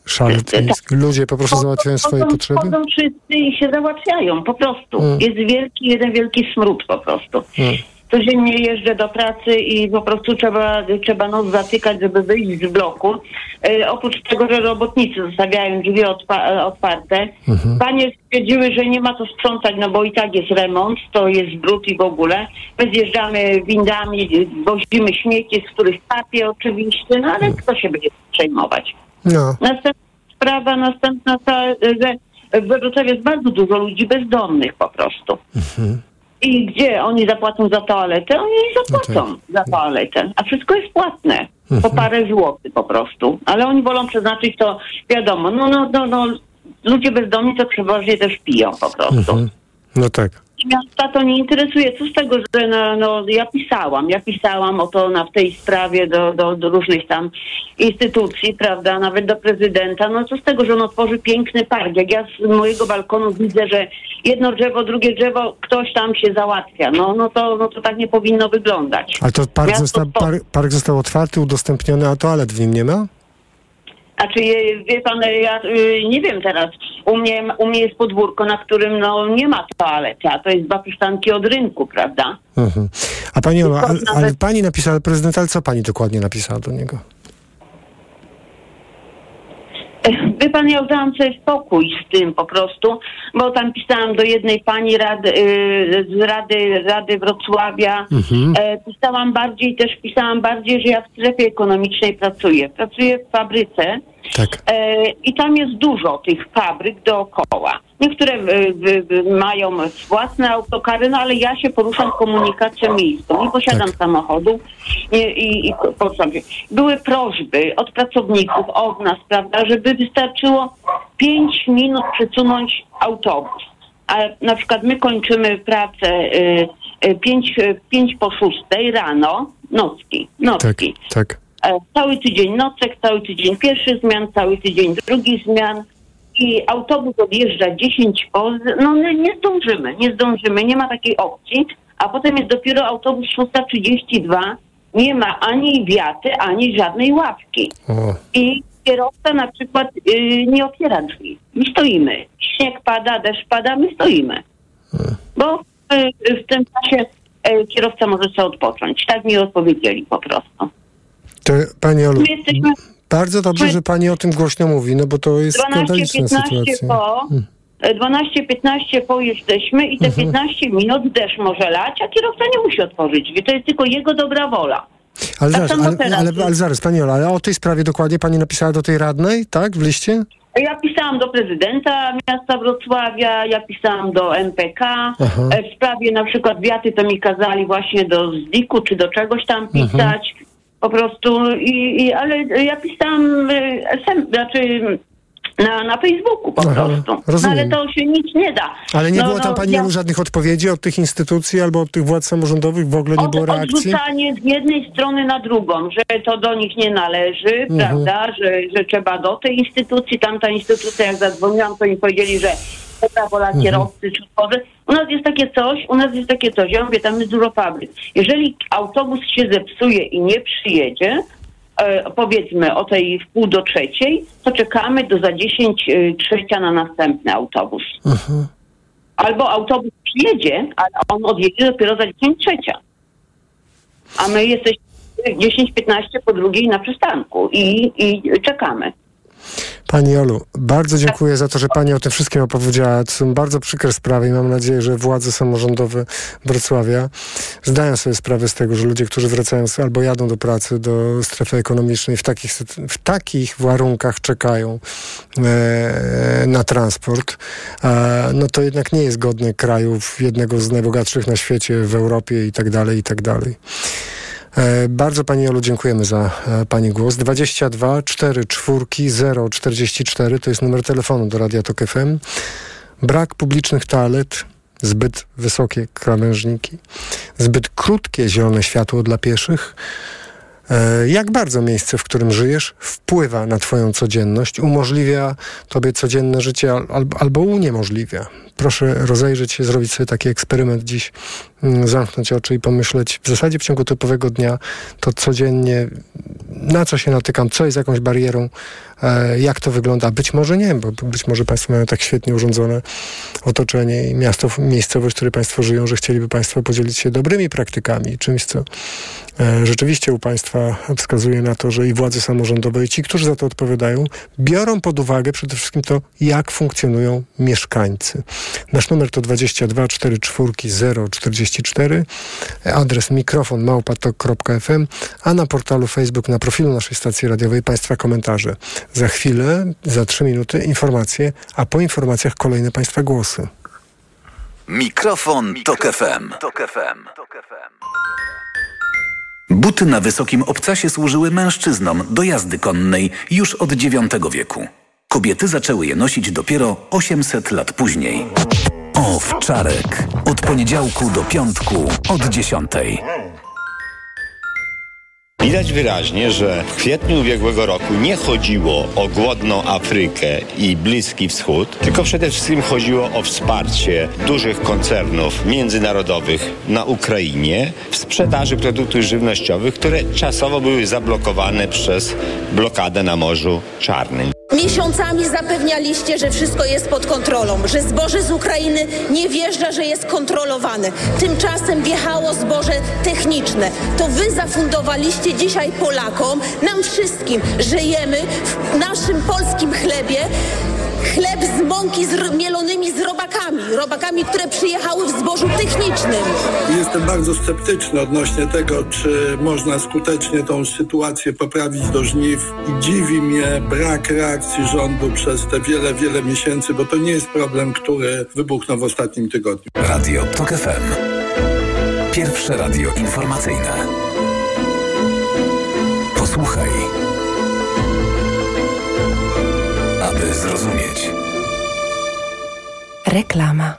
Szalet miejski. Ludzie po prostu załatwiają swoje chodzą, potrzeby? Chodzą wszyscy i się załatwiają, po prostu. Hmm. Jest wielki, jeden wielki smród po prostu. Hmm. Codziennie jeżdżę do pracy i po prostu trzeba, trzeba nos zatykać, żeby wyjść z bloku. E, oprócz tego, że robotnicy zostawiają drzwi odpa- otwarte. Mhm. Panie stwierdziły, że nie ma co sprzątać, no bo i tak jest remont, to jest brud i w ogóle. My zjeżdżamy windami, wozimy śmieci, z których papie oczywiście, no ale mhm. kto się będzie przejmować? No. Następna sprawa, następna, ta, że we Wrocławiu jest bardzo dużo ludzi bezdomnych po prostu. Mhm. I gdzie oni zapłacą za toaletę? Oni zapłacą no tak. za toaletę, a wszystko jest płatne. Po parę złotych po prostu. Ale oni wolą przeznaczyć to, wiadomo, no, no, no, no ludzie bezdomni to przeważnie też piją po prostu. Mhm. No tak. Miasta to nie interesuje. Co z tego, że no, no, ja pisałam, ja pisałam o to na, w tej sprawie do, do, do różnych tam instytucji, prawda, nawet do prezydenta. No co z tego, że on otworzy piękny park. Jak ja z mojego balkonu widzę, że jedno drzewo, drugie drzewo, ktoś tam się załatwia. No, no, to, no to tak nie powinno wyglądać. Ale to park, zosta- park, park został otwarty, udostępniony, a toalet w nim nie ma? Znaczy, wie pan, ja nie wiem teraz, u mnie, u mnie jest podwórko, na którym no, nie ma toalety, a to jest dwa przystanki od rynku, prawda? Mhm. A pani Ola, ale, ale pani napisała, prezydent, ale co pani dokładnie napisała do niego? Wie pan, ja dałam sobie spokój z tym po prostu, bo tam pisałam do jednej pani rady, z Rady, Rady Wrocławia. Mhm. E, pisałam bardziej, też pisałam bardziej, że ja w strefie ekonomicznej pracuję. Pracuję w fabryce. Tak. E, I tam jest dużo tych fabryk dookoła. Niektóre w, w, w, mają własne autokary, no ale ja się poruszam komunikacją miejską. Nie posiadam tak. samochodu. I, i, i były prośby od pracowników, od nas, prawda, żeby wystarczyło pięć minut przesunąć autobus. A na przykład my kończymy pracę y, y, pięć, pięć po szóstej rano, nocki, nocki. Tak, tak. Cały tydzień nocek, cały tydzień pierwszy zmian, cały tydzień drugi zmian i autobus odjeżdża dziesięć po, no nie zdążymy, nie zdążymy, nie ma takiej opcji, a potem jest dopiero autobus szósta trzydzieści dwa, nie ma ani wiaty, ani żadnej ławki. O. I kierowca na przykład yy, nie otwiera drzwi. My stoimy. Śnieg pada, deszcz pada, my stoimy. Hmm. Bo yy, w tym czasie yy, kierowca może sobie odpocząć. Tak mi odpowiedzieli po prostu. To, pani Olu, jesteśmy, bardzo dobrze, my, że pani o tym głośno mówi, no bo to jest skandaliczna sytuacja. Po, hmm. dwanaście piętnaście po jesteśmy i te mhm. piętnaście minut deszcz może lać, a kierowca nie musi otworzyć drzwi. To jest tylko jego dobra wola. Ale, tak zaraz, ale, ale, ale zaraz, pani Ola, ale o tej sprawie dokładnie pani napisała do tej radnej, tak, w liście? Ja pisałam do prezydenta miasta Wrocławia, ja pisałam do M P K. Aha. W sprawie na przykład wiaty to mi kazali właśnie do Z D I K-u czy do czegoś tam pisać. Mhm. Po prostu, i, i, ale ja pisałam S M, znaczy na, na Facebooku po Aha, prostu. No, ale to się nic nie da. Ale nie no, było tam no, pani ja... żadnych odpowiedzi od tych instytucji albo od tych władz samorządowych? W ogóle nie od, było reakcji? Odrzucanie z jednej strony na drugą, że to do nich nie należy, mhm. prawda, że, że trzeba do tej instytucji, tamta instytucja, jak zadzwoniłam, to mi powiedzieli, że dobra wola mhm. kierowcy czy otworzy. U nas jest takie coś, u nas jest takie coś. Ja mówię, tam jest dużo fabryk. Jeżeli autobus się zepsuje i nie przyjedzie, e, powiedzmy o tej w pół do trzeciej, to czekamy do za dziesięć e, trzecia na następny autobus. Mhm. Albo autobus przyjedzie, ale on odjedzie dopiero za dziesięć trzecia. A my jesteśmy dziesięć piętnaście po drugiej na przystanku i, i czekamy. Pani Olu, bardzo dziękuję za to, że pani o tym wszystkim opowiedziała. To są bardzo przykre sprawy i mam nadzieję, że władze samorządowe Wrocławia zdają sobie sprawę z tego, że ludzie, którzy wracają albo jadą do pracy, do strefy ekonomicznej, w takich, w takich warunkach czekają e, na transport, e, no to jednak nie jest godne krajów jednego z najbogatszych na świecie, w Europie i tak dalej, i tak dalej. E, bardzo pani Olu dziękujemy za e, pani głos. dwadzieścia dwa cztery cztery zero czterdzieści cztery to jest numer telefonu do Radia Tok F M. Brak publicznych toalet, zbyt wysokie krawężniki, zbyt krótkie zielone światło dla pieszych. E, jak bardzo miejsce, w którym żyjesz, wpływa na twoją codzienność, umożliwia tobie codzienne życie al, albo uniemożliwia. Proszę rozejrzeć się, zrobić sobie taki eksperyment dziś zamknąć oczy i pomyśleć w zasadzie w ciągu typowego dnia, to codziennie na co się natykam, co jest jakąś barierą, jak to wygląda. Być może nie, bo być może Państwo mają tak świetnie urządzone otoczenie i miasto, miejscowość, w której Państwo żyją, że chcieliby Państwo podzielić się dobrymi praktykami, czymś, co rzeczywiście u Państwa wskazuje na to, że i władze samorządowe, i ci, którzy za to odpowiadają, biorą pod uwagę przede wszystkim to, jak funkcjonują mieszkańcy. Nasz numer to dwadzieścia dwa czterdzieści cztery zero czterdzieści cztery, adres mikrofon małpa tok kropka f m, a na portalu Facebook, na profilu naszej stacji radiowej Państwa komentarze. Za chwilę, za trzy minuty informacje, a po informacjach kolejne Państwa głosy. Mikrofon Tok F M. Buty na wysokim obcasie służyły mężczyznom do jazdy konnej już od dziewiątego wieku. Kobiety zaczęły je nosić dopiero osiemset lat później. Owczarek. Od poniedziałku do piątku od dziesiątej. Widać wyraźnie, że w kwietniu ubiegłego roku nie chodziło o głodną Afrykę i Bliski Wschód, tylko przede wszystkim chodziło o wsparcie dużych koncernów międzynarodowych na Ukrainie w sprzedaży produktów żywnościowych, które czasowo były zablokowane przez blokadę na Morzu Czarnym. Miesiącami zapewnialiście, że wszystko jest pod kontrolą, że zboże z Ukrainy nie wjeżdża, że jest kontrolowane. Tymczasem wjechało zboże techniczne. To wy zafundowaliście dzisiaj Polakom, nam wszystkim, że jemy w naszym polskim chlebie chleb z mąki z mielonymi z robakami. Robakami, które przyjechały w zbożu technicznym. Jestem bardzo sceptyczny odnośnie tego, czy można skutecznie tą sytuację poprawić do żniw. I dziwi mnie brak reakcji rządu przez te wiele, wiele miesięcy, bo to nie jest problem, który wybuchnął w ostatnim tygodniu. Radio Tok F M. Pierwsze radio informacyjne. Posłuchaj, aby zrozumieć. Reklama.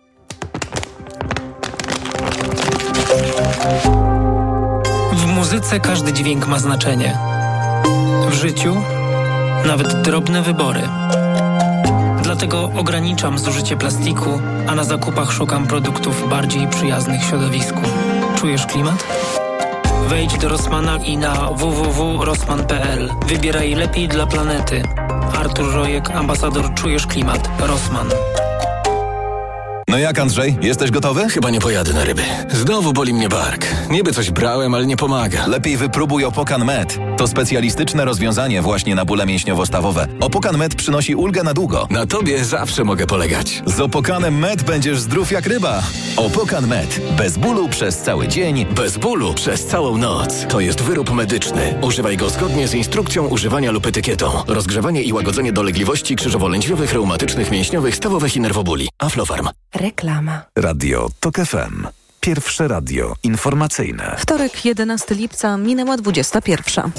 W muzyce każdy dźwięk ma znaczenie. W życiu nawet drobne wybory. Dlatego ograniczam zużycie plastiku, a na zakupach szukam produktów bardziej przyjaznych środowisku. Czujesz klimat? Wejdź do Rossmana i na w w w kropka rossmann kropka p l. Wybieraj lepiej dla planety. Artur Żojek, ambasador Czujesz Klimat. Rossmann. No jak, Andrzej? Jesteś gotowy? Chyba nie pojadę na ryby. Znowu boli mnie bark. Niby coś brałem, ale nie pomaga. Lepiej wypróbuj Opokan Med. To specjalistyczne rozwiązanie właśnie na bóle mięśniowo-stawowe. Opokan Med przynosi ulgę na długo. Na tobie zawsze mogę polegać. Z Opokanem Med będziesz zdrów jak ryba. Opokan Med. Bez bólu przez cały dzień. Bez bólu przez całą noc. To jest wyrób medyczny. Używaj go zgodnie z instrukcją używania lub etykietą. Rozgrzewanie i łagodzenie dolegliwości krzyżowo-lędźwiowych, reumatycznych, mięśniowych, stawowych i nerwobóli. Aflofarm. Reklama. Radio Tok F M. Pierwsze radio informacyjne. Wtorek, jedenastego lipca, minęła dwudziesta pierwsza.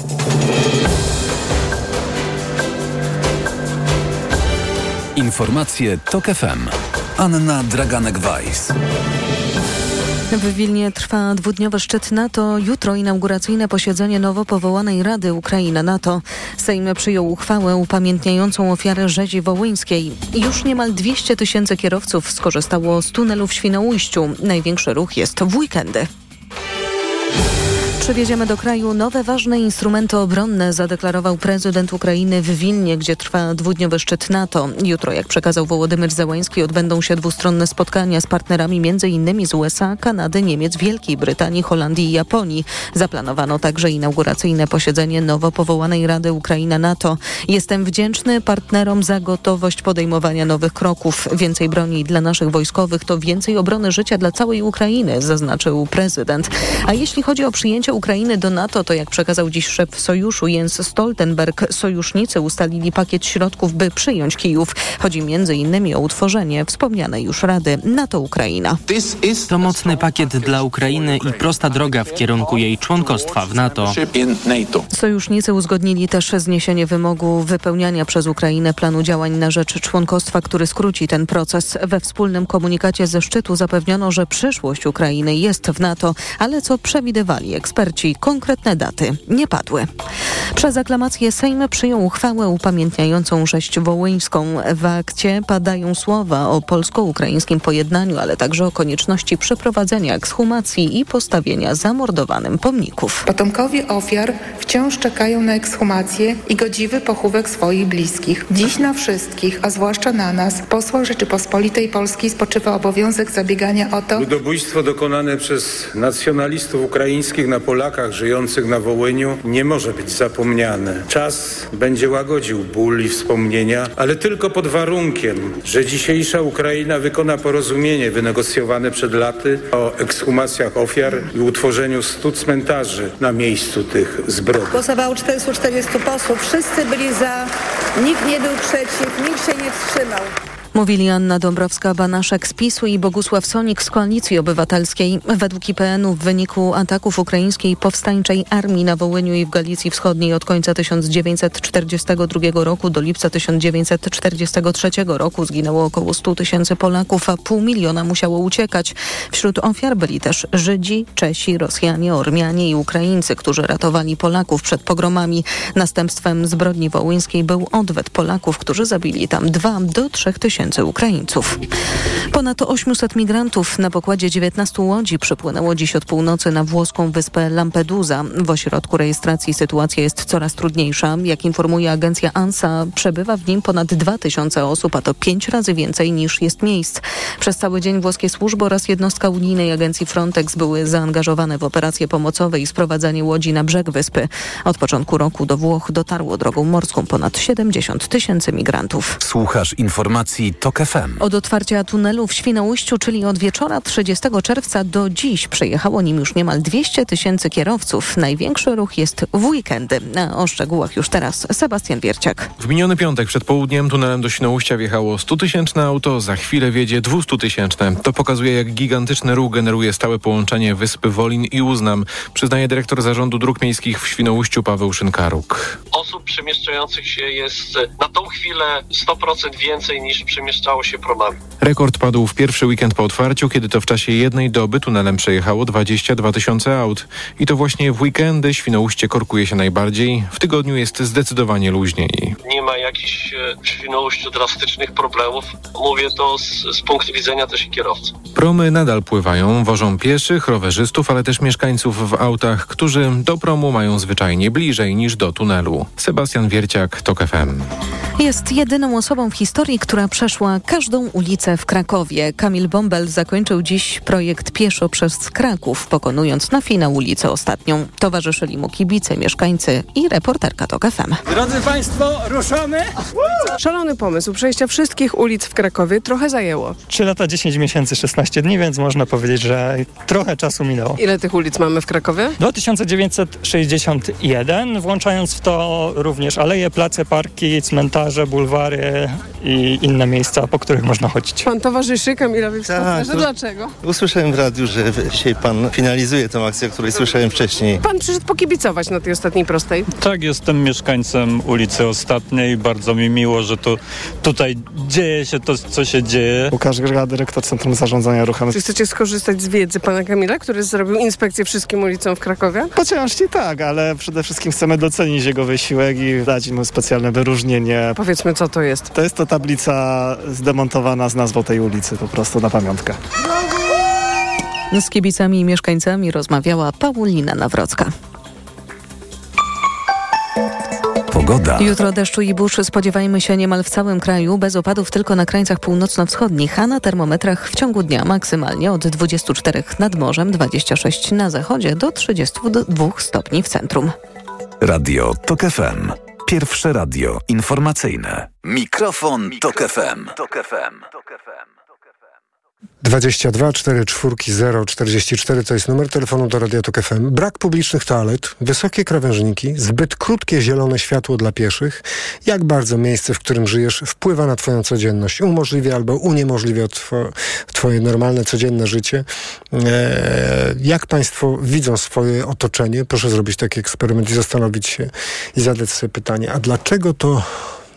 Informacje Tok F M. Anna Draganek-Weiss. W Wilnie trwa dwudniowy szczyt NATO. Jutro inauguracyjne posiedzenie nowo powołanej Rady Ukraina-NATO. Sejm przyjął uchwałę upamiętniającą ofiary rzezi wołyńskiej. Już niemal dwieście tysięcy kierowców skorzystało z tunelu w Świnoujściu. Największy ruch jest w weekendy. Przywieziemy do kraju nowe, ważne instrumenty obronne, zadeklarował prezydent Ukrainy w Wilnie, gdzie trwa dwudniowy szczyt NATO. Jutro, jak przekazał Wołodymyr Zełański, odbędą się dwustronne spotkania z partnerami między innymi z U S A, Kanady, Niemiec, Wielkiej Brytanii, Holandii i Japonii. Zaplanowano także inauguracyjne posiedzenie nowo powołanej Rady Ukraina-NATO. Jestem wdzięczny partnerom za gotowość podejmowania nowych kroków. Więcej broni dla naszych wojskowych to więcej obrony życia dla całej Ukrainy, zaznaczył prezydent. A jeśli chodzi o przyjęcie Ukrainy do NATO, to jak przekazał dziś szef sojuszu Jens Stoltenberg, sojusznicy ustalili pakiet środków, by przyjąć Kijów. Chodzi między innymi o utworzenie wspomnianej już Rady NATO-Ukraina. To mocny pakiet dla Ukrainy i prosta droga w kierunku jej członkostwa w NATO. Sojusznicy uzgodnili też zniesienie wymogu wypełniania przez Ukrainę planu działań na rzecz członkostwa, który skróci ten proces. We wspólnym komunikacie ze szczytu zapewniono, że przyszłość Ukrainy jest w NATO, ale co przewidywali eksperci, eksperci. Konkretne daty nie padły. Przez aklamację Sejm przyjął uchwałę upamiętniającą rzeź wołyńską. W akcie padają słowa o polsko-ukraińskim pojednaniu, ale także o konieczności przeprowadzenia ekshumacji i postawienia zamordowanym pomników. Potomkowie ofiar wciąż czekają na ekshumację i godziwy pochówek swoich bliskich. Dziś na wszystkich, a zwłaszcza na nas, posłach Rzeczypospolitej Polskiej, spoczywa obowiązek zabiegania o to, ludobójstwo dokonane przez nacjonalistów ukraińskich na Polakach żyjących na Wołyniu nie może być zapomniane. Czas będzie łagodził ból i wspomnienia, ale tylko pod warunkiem, że dzisiejsza Ukraina wykona porozumienie wynegocjowane przed laty o ekshumacjach ofiar i utworzeniu stu cmentarzy na miejscu tych zbrodni. Głosowało czterystu czterdziestu posłów, wszyscy byli za, nikt nie był przeciw, nikt się nie wstrzymał. Mówili Anna Dąbrowska-Banaszek z PiSu i Bogusław Sonik z Koalicji Obywatelskiej. Według I P N-u w wyniku ataków ukraińskiej powstańczej armii na Wołyniu i w Galicji Wschodniej od końca tysiąc dziewięćset czterdziestego drugiego roku do lipca tysiąc dziewięćset czterdziestego trzeciego roku zginęło około stu tysięcy Polaków, a pół miliona musiało uciekać. Wśród ofiar byli też Żydzi, Czesi, Rosjanie, Ormianie i Ukraińcy, którzy ratowali Polaków przed pogromami. Następstwem zbrodni wołyńskiej był odwet Polaków, którzy zabili tam dwa do trzech tysięcy Ukraińców. Ponad osiemset migrantów na pokładzie dziewiętnastu łodzi przypłynęło dziś od północy na włoską wyspę Lampedusa. W ośrodku rejestracji sytuacja jest coraz trudniejsza. Jak informuje agencja ANSA, przebywa w nim ponad dwa tysiące osób, a to pięć razy więcej niż jest miejsc. Przez cały dzień włoskie służby oraz jednostka unijnej agencji Frontex były zaangażowane w operacje pomocowe i sprowadzanie łodzi na brzeg wyspy. Od początku roku do Włoch dotarło drogą morską ponad siedemdziesiąt tysięcy migrantów. Słuchasz informacji TOK F M. Od otwarcia tunelu w Świnoujściu, czyli od wieczora trzydziestego czerwca do dziś, przejechało nim już niemal dwieście tysięcy kierowców. Największy ruch jest w weekendy. A o szczegółach już teraz Sebastian Wierciak. W miniony piątek przed południem tunelem do Świnoujścia wjechało stutysięczne auto, za chwilę wjedzie dwustutysięczne. To pokazuje, jak gigantyczny ruch generuje stałe połączenie wyspy Wolin i Uznam, przyznaje dyrektor Zarządu Dróg Miejskich w Świnoujściu Paweł Szynkaruk. Osób przemieszczających się jest na tą chwilę sto procent więcej niż przemieszczało się promami. Rekord padł w pierwszy weekend po otwarciu, kiedy to w czasie jednej doby tunelem przejechało dwadzieścia dwa tysiące aut. I to właśnie w weekendy Świnoujście korkuje się najbardziej. W tygodniu jest zdecydowanie luźniej. Nie ma jakichś w Świnoujściu drastycznych problemów. Mówię to z, z punktu widzenia też i kierowców. Promy nadal pływają, wożą pieszych, rowerzystów, ale też mieszkańców w autach, którzy do promu mają zwyczajnie bliżej niż do tunelu. Sebastian Wierciak, TOK F M. Jest jedyną osobą w historii, która przeszła każdą ulicę w Krakowie. Kamil Bąbel zakończył dziś projekt pieszo przez Kraków, pokonując na finał ulicę ostatnią. Towarzyszyli mu kibice, mieszkańcy i reporterka TOK F M. Drodzy Państwo, ruszamy! Szalony pomysł przejścia wszystkich ulic w Krakowie trochę zajęło. trzy lata, dziesięć miesięcy, szesnaście dni, więc można powiedzieć, że trochę czasu minęło. Ile tych ulic mamy w Krakowie? Do tysiąc dziewięćset sześćdziesiąt jeden, włączając w to również aleje, place, parki, cmentarze, bulwary i inne miejsca, po których można chodzić. Pan towarzyszy Kamilowi w spacerze. Tak, Dlaczego? Usłyszałem w radiu, że dzisiaj pan finalizuje tę akcję, o której słyszałem wcześniej. Pan przyszedł pokibicować na tej ostatniej prostej. Tak, jestem mieszkańcem ulicy Ostatniej. Bardzo mi miło, że to tutaj dzieje się to, co się dzieje. Łukasz Grzyga, dyrektor Centrum Zarządzania Ruchem. Czy chcecie skorzystać z wiedzy pana Kamila, który zrobił inspekcję wszystkim ulicom w Krakowie? Po części tak, ale przede wszystkim chcemy docenić jego wysiłek i dać mu specjalne wyróżnienie. Powiedzmy, co to jest. To jest to tablica zdemontowana z nazwą tej ulicy, po prostu na pamiątkę. Z kibicami i mieszkańcami rozmawiała Paulina Nawrocka. Pogoda. Jutro deszczu i burz spodziewajmy się niemal w całym kraju, bez opadów tylko na krańcach północno-wschodnich, a na termometrach w ciągu dnia maksymalnie od dwudziestu czterech nad morzem, dwudziestu sześciu na zachodzie do trzydziestu dwóch stopni w centrum. Radio TOK F M. Pierwsze radio informacyjne. Mikrofon, Mikrofon TOK F M. TOK F M. dwadzieścia dwa cztery cztery zero czterdzieści cztery to jest numer telefonu do Radia TOK F M. Brak publicznych toalet, wysokie krawężniki, zbyt krótkie zielone światło dla pieszych. Jak bardzo miejsce, w którym żyjesz, wpływa na twoją codzienność. Umożliwia albo uniemożliwia two, twoje normalne, codzienne życie. Eee, jak państwo widzą swoje otoczenie? Proszę zrobić taki eksperyment i zastanowić się i zadać sobie pytanie, a dlaczego to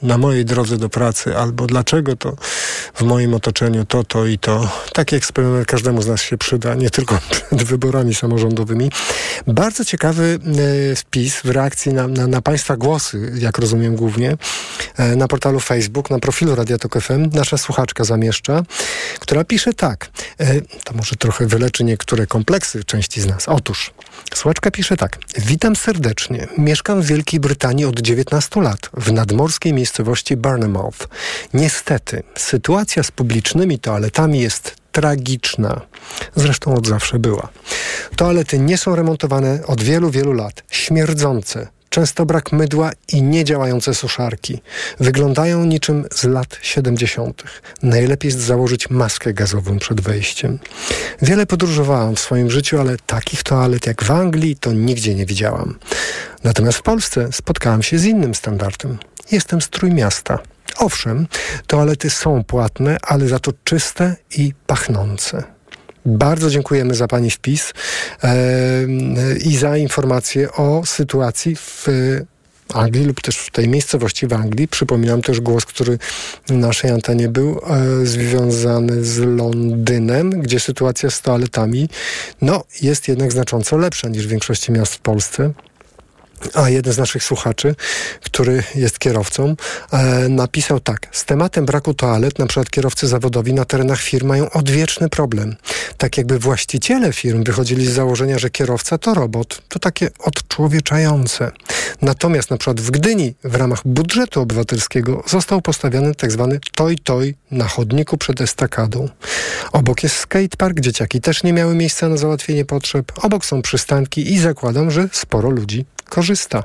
na mojej drodze do pracy, albo dlaczego to w moim otoczeniu to, to i to. Taki eksperyment każdemu z nas się przyda, nie tylko przed wyborami samorządowymi. Bardzo ciekawy e, wpis w reakcji na, na, na Państwa głosy, jak rozumiem głównie, e, na portalu Facebook, na profilu Radia Tok F M, nasza słuchaczka zamieszcza, która pisze tak, e, to może trochę wyleczy niektóre kompleksy części z nas. Otóż, słuchaczka pisze tak, witam serdecznie, mieszkam w Wielkiej Brytanii od dziewiętnastu lat, w nadmorskiej miejscowości Bournemouth. Niestety, sytuacja z publicznymi toaletami jest tragiczna. Zresztą od zawsze była. Toalety nie są remontowane od wielu, wielu lat. Śmierdzące. Często brak mydła i niedziałające suszarki. Wyglądają niczym z lat siedemdziesiątych. Najlepiej jest założyć maskę gazową przed wejściem. Wiele podróżowałam w swoim życiu, ale takich toalet jak w Anglii to nigdzie nie widziałam. Natomiast w Polsce spotkałam się z innym standardem. Jestem z Trójmiasta. Owszem, toalety są płatne, ale za to czyste i pachnące. Bardzo dziękujemy za Pani wpis e, i za informację o sytuacji w Anglii lub też w tej miejscowości w Anglii. Przypominam też głos, który w naszej antenie był e, związany z Londynem, gdzie sytuacja z toaletami no, jest jednak znacząco lepsza niż w większości miast w Polsce. A jeden z naszych słuchaczy, który jest kierowcą, e, napisał tak. Z tematem braku toalet, na przykład kierowcy zawodowi na terenach firm mają odwieczny problem. Tak jakby właściciele firm wychodzili z założenia, że kierowca to robot. To takie odczłowieczające. Natomiast na przykład w Gdyni w ramach budżetu obywatelskiego został postawiony tak zwany toj-toj na chodniku przed estakadą. Obok jest skatepark, dzieciaki też nie miały miejsca na załatwienie potrzeb. Obok są przystanki i zakładam, że sporo ludzi korzysta.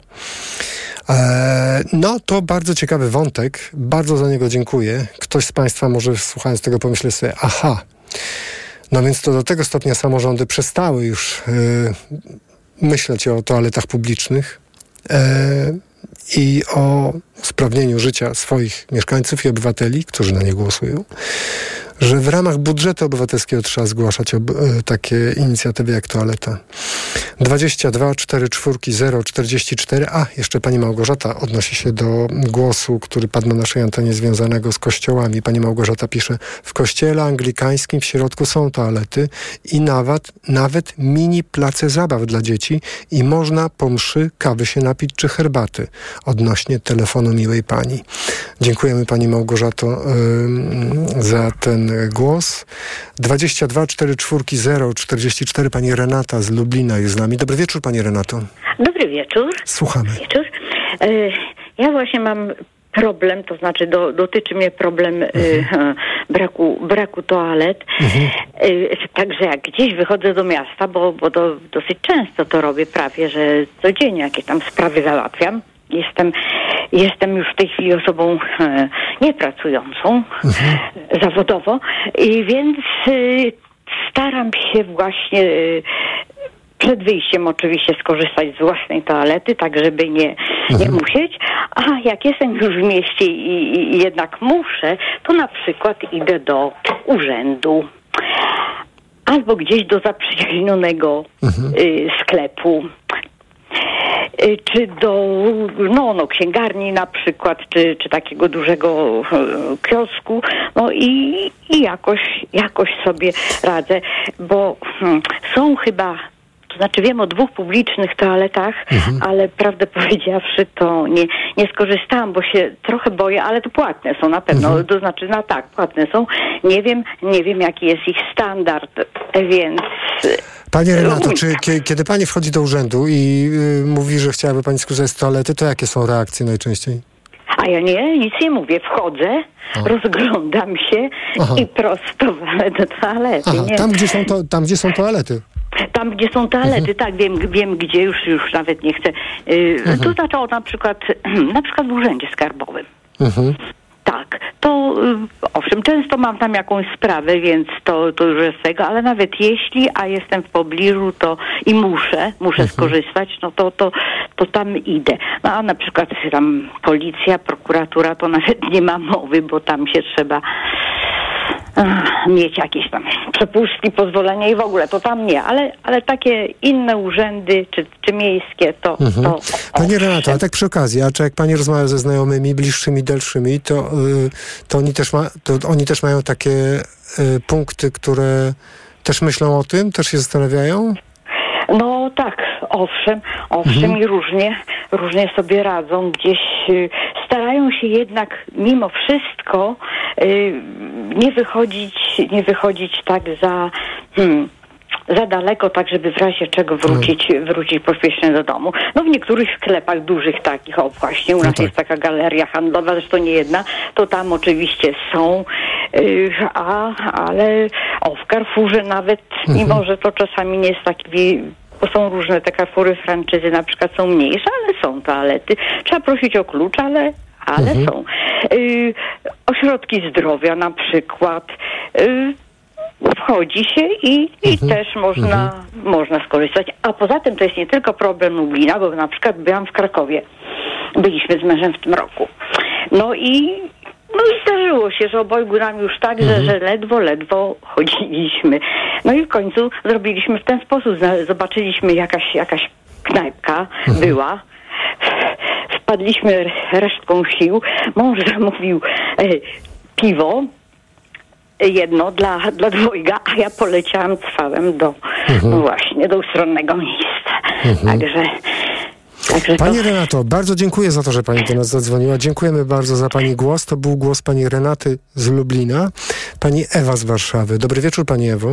Eee, no to bardzo ciekawy wątek. Bardzo za niego dziękuję. Ktoś z Państwa może słuchając tego pomyśle sobie, aha, no więc to do tego stopnia samorządy przestały już yy, myśleć o toaletach publicznych yy, i o usprawnieniu życia swoich mieszkańców i obywateli, którzy na nie głosują, że w ramach budżetu obywatelskiego trzeba zgłaszać ob- takie inicjatywy jak toaleta. dwadzieścia dwa cztery cztery zero czterdzieści cztery. A, jeszcze pani Małgorzata odnosi się do głosu, który padł na naszej antenie związanego z kościołami. Pani Małgorzata pisze, w kościele anglikańskim w środku są toalety i nawet, nawet mini place zabaw dla dzieci i można po mszy kawy się napić czy herbaty. Odnośnie telefonu miłej pani. Dziękujemy pani Małgorzato yy, za ten głos. dwadzieścia dwa cztery cztery zero czterdzieści cztery. Pani Renata z Lublina jest z nami. Dobry wieczór, pani Renato. Dobry wieczór. Słuchamy. Wieczór. E, ja właśnie mam problem, to znaczy do, dotyczy mnie problem mhm. e, braku, braku toalet. Mhm. E, także jak gdzieś wychodzę do miasta, bo, bo to dosyć często to robię, prawie, że codziennie jakieś tam sprawy załatwiam. Jestem, jestem już w tej chwili osobą e, niepracującą mhm. zawodowo i więc e, staram się właśnie e, przed wyjściem oczywiście skorzystać z własnej toalety, tak żeby nie, nie mhm. musieć. A jak jestem już w mieście i, i, i jednak muszę, to na przykład idę do urzędu albo gdzieś do zaprzyjaźnionego mhm. y, sklepu. Czy do no, no, księgarni na przykład, czy, czy takiego dużego kiosku, no i, i jakoś, jakoś sobie radzę, bo hmm, są chyba, to znaczy wiem o dwóch publicznych toaletach, mhm. ale prawdę powiedziawszy to nie, nie skorzystałam, bo się trochę boję, ale to płatne są na pewno, mhm. to znaczy no tak, płatne są, nie wiem, nie wiem jaki jest ich standard, więc... Pani Renato, czy kiedy pani wchodzi do urzędu i y, mówi, że chciałaby pani skorzystać z toalety, to jakie są reakcje najczęściej? A ja nie, nic nie mówię. Wchodzę, o. rozglądam się Aha. i prosto walę do toalety. Aha, nie? Tam, gdzie są to, tam, gdzie są toalety? Tam, gdzie są toalety, mhm. tak, wiem, wiem gdzie, już, już nawet nie chcę. Yy, mhm. To zaczęło na przykład, na przykład w urzędzie skarbowym. Mhm. Tak, to y, owszem, często mam tam jakąś sprawę, więc to, to już jest tego, ale nawet jeśli, a jestem w pobliżu, to i muszę, muszę mhm. skorzystać, no to, to, to tam idę. No a na przykład tam policja, prokuratura, to nawet nie ma mowy, bo tam się trzeba ach, mieć jakieś tam przepustki, pozwolenia i w ogóle, to tam nie, ale, ale takie inne urzędy, czy, czy miejskie, to... Mhm. to Pani Renato, a tak przy okazji, a czy jak pani rozmawia ze znajomymi, bliższymi, dalszymi, to, yy, to, oni, też ma, to oni też mają takie yy, punkty, które też myślą o tym, też się zastanawiają? No tak, owszem, owszem Mhm. i różnie, różnie sobie radzą. Gdzieś y, starają się jednak mimo wszystko y, nie wychodzić, nie wychodzić tak za... Hmm, za daleko, tak żeby w razie czego wrócić, hmm. wrócić pośpiesznie do domu. No w niektórych sklepach dużych takich, o właśnie, u nas no tak. jest taka galeria handlowa, zresztą nie jedna, to tam oczywiście są, yy, a, ale o, w Carrefourze nawet, mhm. mimo że to czasami nie jest taki, bo są różne te Carrefoury, franczyzy na przykład są mniejsze, ale są toalety. Trzeba prosić o klucz, ale ale mhm. są. Yy, ośrodki zdrowia na przykład, yy, wchodzi się i, i mhm. też można, mhm. można skorzystać. A poza tym to jest nie tylko problem Lublina, bo na przykład byłam w Krakowie. Byliśmy z mężem w tym roku. No i no i zdarzyło się, że obojgu nam już tak, mhm. że, że ledwo, ledwo chodziliśmy. No i w końcu zrobiliśmy w ten sposób. Zobaczyliśmy jakaś, jakaś knajpka mhm. była. Wpadliśmy resztką sił. Mąż zamówił e, piwo. Jedno dla, dla dwojga, a ja poleciałam cwałem do mhm. no właśnie, do ustronnego miejsca. Mhm. Także, także Pani to... Renato, bardzo dziękuję za to, że pani do nas zadzwoniła. Dziękujemy bardzo za pani głos. To był głos pani Renaty z Lublina. Pani Ewa z Warszawy. Dobry wieczór, pani Ewo.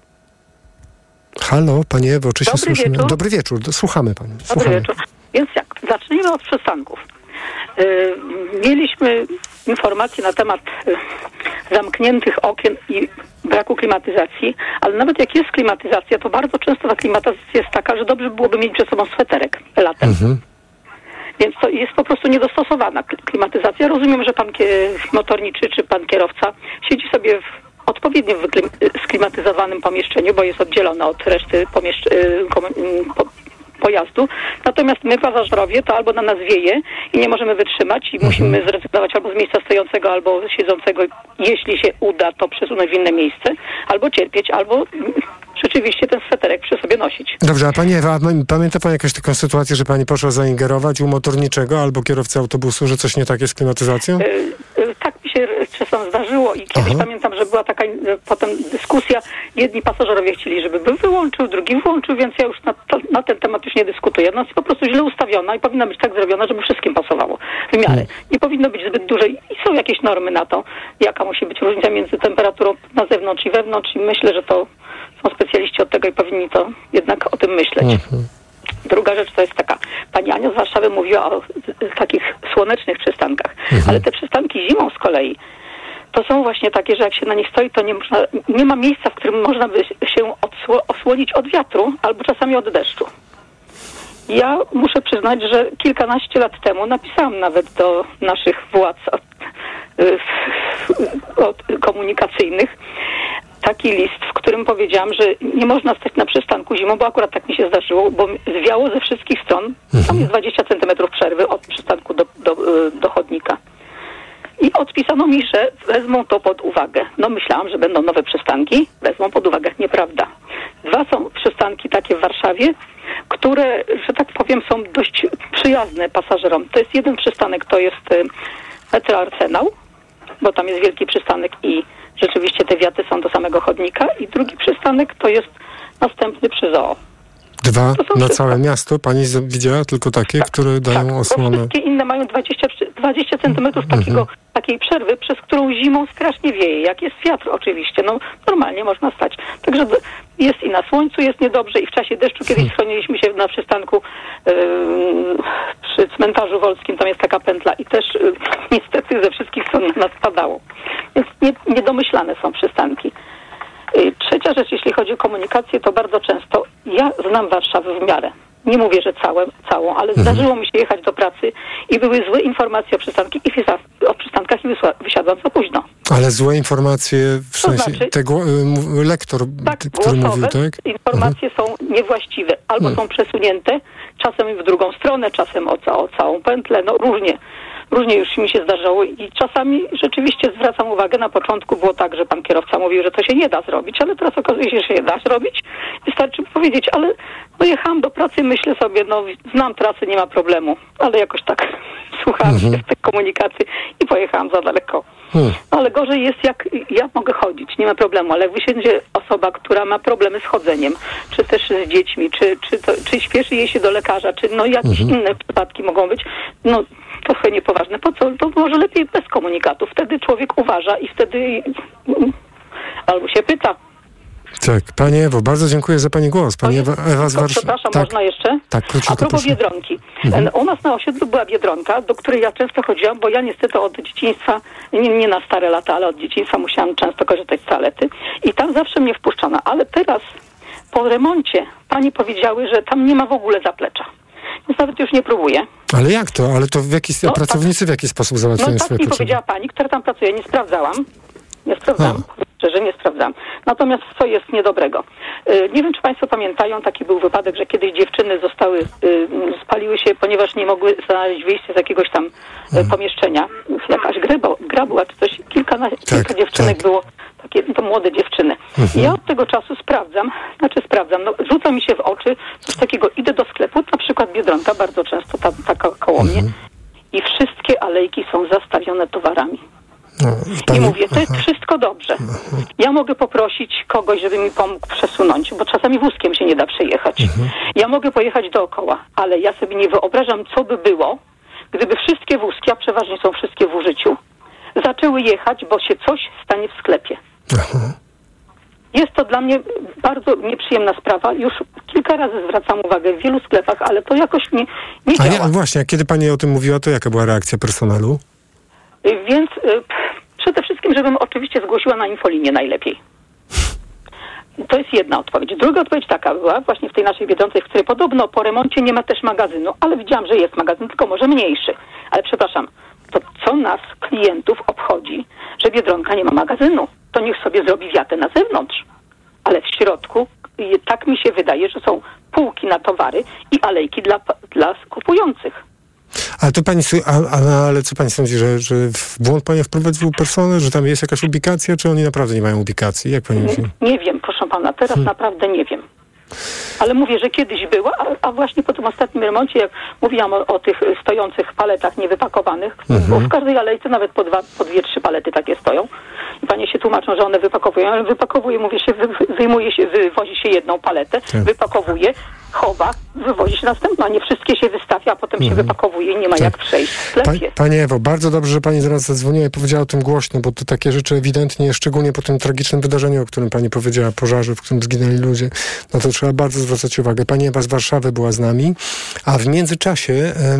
Halo, pani Ewo, czy się Dobry słyszymy? Wieczór. Dobry wieczór, słuchamy pani. Dobry Słuchamy. wieczór. Więc jak? Zacznijmy od przystanków. Yy, mieliśmy informacje na temat yy, zamkniętych okien i braku klimatyzacji, ale nawet jak jest klimatyzacja, to bardzo często ta klimatyzacja jest taka, że dobrze byłoby mieć przed sobą sweterek latem. Mhm. Więc to jest po prostu niedostosowana klimatyzacja. Rozumiem, że pan motorniczy czy pan kierowca siedzi sobie w odpowiednio sklimatyzowanym pomieszczeniu, bo jest oddzielone od reszty pomieszczenia. Pojazdu. Natomiast my, pasażerowie, to albo na nas wieje i nie możemy wytrzymać i musimy zrezygnować albo z miejsca stojącego, albo siedzącego. Jeśli się uda, to przesunąć w inne miejsce, albo cierpieć, albo rzeczywiście ten sweterek przy sobie nosić. Dobrze, a pani Ewa, pamięta pani jakąś taką sytuację, że pani poszła zaingerować u motorniczego albo kierowcy autobusu, że coś nie tak jest z klimatyzacją? Yy, yy, tak mi się czasem zdarzyło i kiedyś Aha. pamiętam, że była taka yy, potem dyskusja. Jedni pasażerowie chcieli, żeby był wyłączył, drugi wyłączył, więc ja już na, to, na ten temat już nie dyskutuję. No jest po prostu źle ustawiona i powinna być tak zrobiona, żeby wszystkim pasowało w miarę. Hmm. Nie powinno być zbyt duże i są jakieś normy na to, jaka musi być różnica między temperaturą na zewnątrz i wewnątrz i myślę, że to są specjaliści od tego i powinni to jednak o tym myśleć. Hmm. Druga rzecz to jest taka, pani Ania z Warszawy mówiła o takich słonecznych przystankach, mhm. ale te przystanki zimą z kolei to są właśnie takie, że jak się na nich stoi, to nie, można, nie ma miejsca, w którym można by się odsło, osłonić od wiatru albo czasami od deszczu. Ja muszę przyznać, że kilkanaście lat temu napisałam nawet do naszych władz od, od komunikacyjnych taki list, w którym powiedziałam, że nie można stać na przystanku zimą, bo akurat tak mi się zdarzyło, bo zwiało ze wszystkich stron. Tam jest dwadzieścia centymetrów przerwy od przystanku do, do, do chodnika. I odpisano mi, że wezmą to pod uwagę. No myślałam, że będą nowe przystanki, wezmą pod uwagę. Nieprawda. Dwa są przystanki takie w Warszawie, które, że tak powiem, są dość przyjazne pasażerom. To jest jeden przystanek, to jest Metro Arsenał, bo tam jest wielki przystanek i rzeczywiście te wiaty są do samego chodnika. I drugi przystanek to jest następny przy zoo. Dwa na wszystko. Całe miasto? Pani widziała tylko takie, tak, które dają tak, osłonę? Wszystkie inne mają dwadzieścia, dwadzieścia centymetrów mhm. takiego, takiej przerwy, przez którą zimą strasznie wieje. Jak jest wiatr oczywiście, no normalnie można stać. Także jest i na słońcu jest niedobrze i w czasie deszczu kiedyś schroniliśmy się na przystanku yy, przy cmentarzu wolskim, tam jest taka pętla i też yy, niestety ze wszystkich stron na nas padało. Więc nie, niedomyślane są przystanki. Trzecia rzecz, jeśli chodzi o komunikację, to bardzo często, ja znam Warszawę w miarę, nie mówię, że całe, całą, ale mhm. zdarzyło mi się jechać do pracy i były złe informacje o, przystanki i wysa- o przystankach i wysła- wysiadłam za późno. Ale złe informacje w to sensie, znaczy, tego y, lektor, tak, ty, który głosowe, mówił, tak? informacje mhm. są niewłaściwe, albo mhm. są przesunięte, czasem w drugą stronę, czasem o, ca- o całą pętlę, no różnie. Różnie już mi się zdarzało i czasami rzeczywiście zwracam uwagę, na początku było tak, że pan kierowca mówił, że to się nie da zrobić, ale teraz okazuje się, że się da zrobić. Wystarczy powiedzieć, ale no jechałam do pracy, myślę sobie, no znam trasę, nie ma problemu, ale jakoś tak słuchałam Mhm. się tej komunikacji i pojechałam za daleko. Hmm. No, ale gorzej jest, jak ja mogę chodzić, nie ma problemu, ale jak wysiądzie osoba, która ma problemy z chodzeniem, czy też z dziećmi, czy, czy, to, czy śpieszy jej się do lekarza, czy no jakieś Mhm. inne przypadki mogą być, no trochę niepoważne. Po co? To może lepiej bez komunikatu. Wtedy człowiek uważa i wtedy mm, albo się pyta. Tak, Pani Ewo, bardzo dziękuję za Pani głos. Pani Ewa, Ewa z Tylko, Warszawy. przepraszam, Tak, można jeszcze? tak, króciutko, A propos proszę. Biedronki. Mhm. U nas na osiedlu była Biedronka, do której ja często chodziłam, bo ja niestety od dzieciństwa, nie, nie na stare lata, ale od dzieciństwa musiałam często korzystać z toalety i tam zawsze mnie wpuszczono. Ale teraz po remoncie pani powiedziały, że tam nie ma w ogóle zaplecza. Więc nawet już nie próbuję. Ale jak to? Ale to w jaki, No, pracownicy w jaki sposób No załatwiają tak swoje mi potrzeby? powiedziała pani, która tam pracuje. Nie sprawdzałam. Nie sprawdzałam. Szczerze, nie sprawdzam. Natomiast co jest niedobrego? Yy, nie wiem, czy państwo pamiętają, taki był wypadek, że kiedyś dziewczyny zostały, yy, spaliły się, ponieważ nie mogły znaleźć wyjścia z jakiegoś tam yy, pomieszczenia. Jakaś gra, gra była, czy coś. Kilkanaście, Tak, kilka dziewczynek tak. było, takie to młode dziewczyny. Mhm. I ja od tego czasu sprawdzam, znaczy sprawdzam, no, rzuca mi się w oczy coś takiego. Idę do sklepu, na przykład Biedronka, bardzo często ta, taka koło mnie, i wszystkie alejki są zastawione towarami. No, I mówię, to jest wszystko dobrze. Ja mogę poprosić kogoś, żeby mi pomógł przesunąć, bo czasami wózkiem się nie da przejechać. Ja mogę pojechać dookoła, ale ja sobie nie wyobrażam, co by było, gdyby wszystkie wózki, a przeważnie są wszystkie w użyciu, zaczęły jechać, bo się coś stanie w sklepie. Jest to dla mnie bardzo nieprzyjemna sprawa. Już kilka razy zwracam uwagę w wielu sklepach, ale to jakoś nie, nie A działa. ja, właśnie, a kiedy Pani o tym mówiła, to jaka była reakcja personelu? Więc y, przede wszystkim, żebym oczywiście zgłosiła na infolinię najlepiej. To jest jedna odpowiedź. Druga odpowiedź taka była właśnie w tej naszej Biedronce, w której podobno po remoncie nie ma też magazynu, ale widziałam, że jest magazyn, tylko może mniejszy. Ale przepraszam, to co nas, klientów, obchodzi, że Biedronka nie ma magazynu? To niech sobie zrobi wiatę na zewnątrz. Ale w środku, y, tak mi się wydaje, że są półki na towary i alejki dla, dla kupujących. Ale to Pani, a, a, ale co Pani sądzi, że, że w błąd Pani wprowadził personel, że tam jest jakaś ubikacja, czy oni naprawdę nie mają ubikacji? Jak Pani myśli? Nie wiem, proszę pana, teraz Hmm. naprawdę nie wiem. Ale mówię, że kiedyś była, a, a właśnie po tym ostatnim remoncie, jak mówiłam o, o tych stojących paletach niewypakowanych, Mhm. bo w każdej alejce nawet po, dwa, po dwie, trzy palety takie stoją. I panie się tłumaczą, że one wypakowują, ale wypakowuje, mówię się, wy, wyjmuje się, wywozi się jedną paletę, Tak. wypakowuje, chowa, wywozi się następną, a nie wszystkie się wystawia, a potem się Mhm. wypakowuje i nie ma Tak. jak przejść w Pa, sklepie. Pani Ewo, bardzo dobrze, że Pani zaraz zadzwoniła i powiedziała o tym głośno, bo to takie rzeczy ewidentnie, szczególnie po tym tragicznym wydarzeniu, o którym Pani powiedziała, pożarze, w którym zginęli ludzie, no to trzeba bardzo zwracać uwagę. Pani Ewa z Warszawy była z nami, a w międzyczasie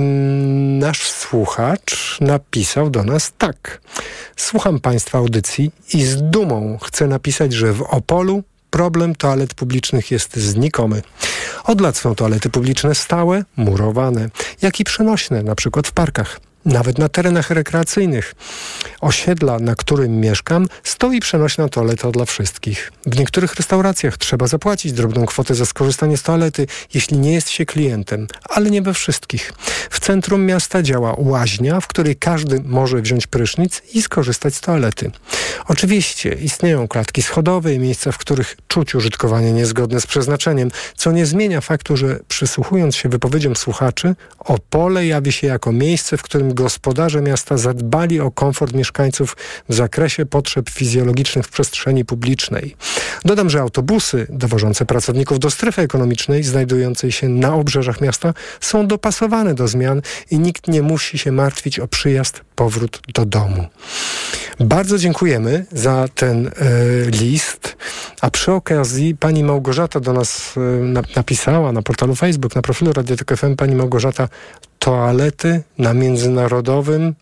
em, nasz słuchacz napisał do nas tak. Słucham Państwa audycji i z dumą chcę napisać, że w Opolu problem toalet publicznych jest znikomy. Od lat są toalety publiczne stałe, murowane, jak i przenośne, na przykład w parkach. Nawet na terenach rekreacyjnych osiedla, na którym mieszkam, stoi przenośna toaleta dla wszystkich. W niektórych restauracjach trzeba zapłacić drobną kwotę za skorzystanie z toalety, jeśli nie jest się klientem, ale nie we wszystkich. W centrum miasta działa łaźnia, w której każdy może wziąć prysznic i skorzystać z toalety. Oczywiście istnieją klatki schodowe i miejsca, w których czuć użytkowanie niezgodne z przeznaczeniem, co nie zmienia faktu, że przysłuchując się wypowiedziom słuchaczy, Opole jawi się jako miejsce, w którym gospodarze miasta zadbali o komfort mieszkańców w zakresie potrzeb fizjologicznych w przestrzeni publicznej. Dodam, że autobusy dowożące pracowników do strefy ekonomicznej znajdującej się na obrzeżach miasta są dopasowane do zmian i nikt nie musi się martwić o przyjazd, powrót do domu. Bardzo dziękujemy za ten e, list, a przy okazji pani Małgorzata do nas e, na, napisała na portalu Facebook, na profilu Radiotok F M, pani Małgorzata, toalety na międzynarodowym,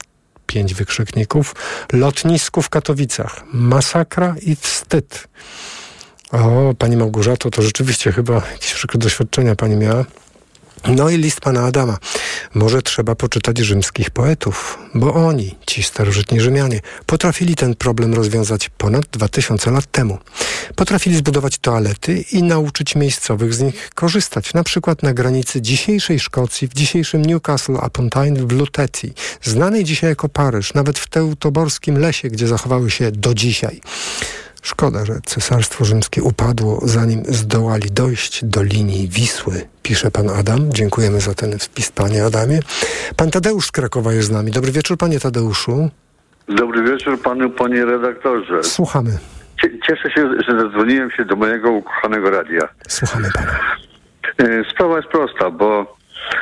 pięć wykrzykników, lotnisku w Katowicach. Masakra i wstyd. O, pani Małgorzato, to rzeczywiście chyba jakieś przykre doświadczenia pani miała. No i list pana Adama. Może trzeba poczytać rzymskich poetów, bo oni, ci starożytni Rzymianie, potrafili ten problem rozwiązać ponad dwa tysiące lat temu. Potrafili zbudować toalety i nauczyć miejscowych z nich korzystać. Na przykład na granicy dzisiejszej Szkocji, w dzisiejszym Newcastle upon Tyne w Lutety, znanej dzisiaj jako Paryż, nawet w teutoborskim lesie, gdzie zachowały się do dzisiaj. Szkoda, że Cesarstwo Rzymskie upadło, zanim zdołali dojść do linii Wisły, pisze pan Adam. Dziękujemy za ten wpis, panie Adamie. Pan Tadeusz z Krakowa jest z nami. Dobry wieczór, panie Tadeuszu. Dobry wieczór panu, panie redaktorze. Słuchamy. Cieszę się, że zadzwoniłem się do mojego ukochanego radia. Słuchamy pana. Sprawa jest prosta, bo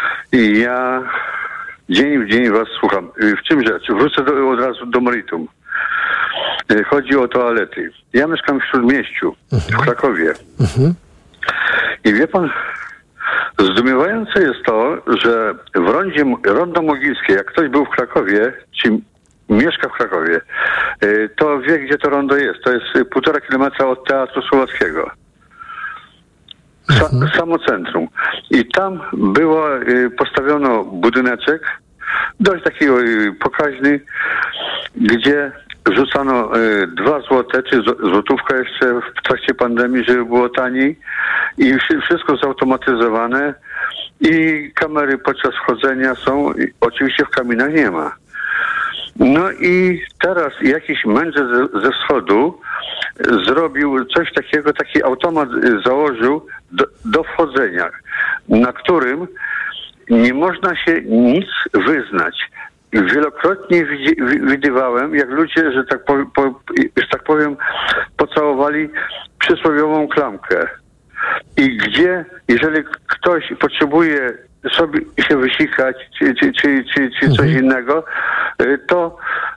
ja dzień w dzień was słucham. W czym rzecz? Wrócę do, od razu do meritum. Chodzi o toalety. Ja mieszkam w Śródmieściu, mhm. w Krakowie. Mhm. I wie pan, zdumiewające jest to, że w rondzie, Rondo Mogilskie, jak ktoś był w Krakowie, czy mieszka w Krakowie, to wie, gdzie to rondo jest. To jest półtora kilometra od Teatru Słowackiego. Sa, mhm. Samo centrum. I tam było, postawiono budyneczek, dość taki pokaźny, gdzie rzucano y, dwa złote, czy złotówka jeszcze w trakcie pandemii, żeby było taniej i wszystko zautomatyzowane i kamery podczas wchodzenia są, i oczywiście w kabinach nie ma. No i teraz jakiś mędrzec ze, ze wschodu zrobił coś takiego, taki automat założył do, do wchodzenia, na którym nie można się nic wyznać. Wielokrotnie widzi, widywałem, jak ludzie, że tak, po, po, że tak powiem, pocałowali przysłowiową klamkę. I gdzie, jeżeli ktoś potrzebuje sobie się wysikać, czy, czy, czy, czy, czy coś mhm. innego, to,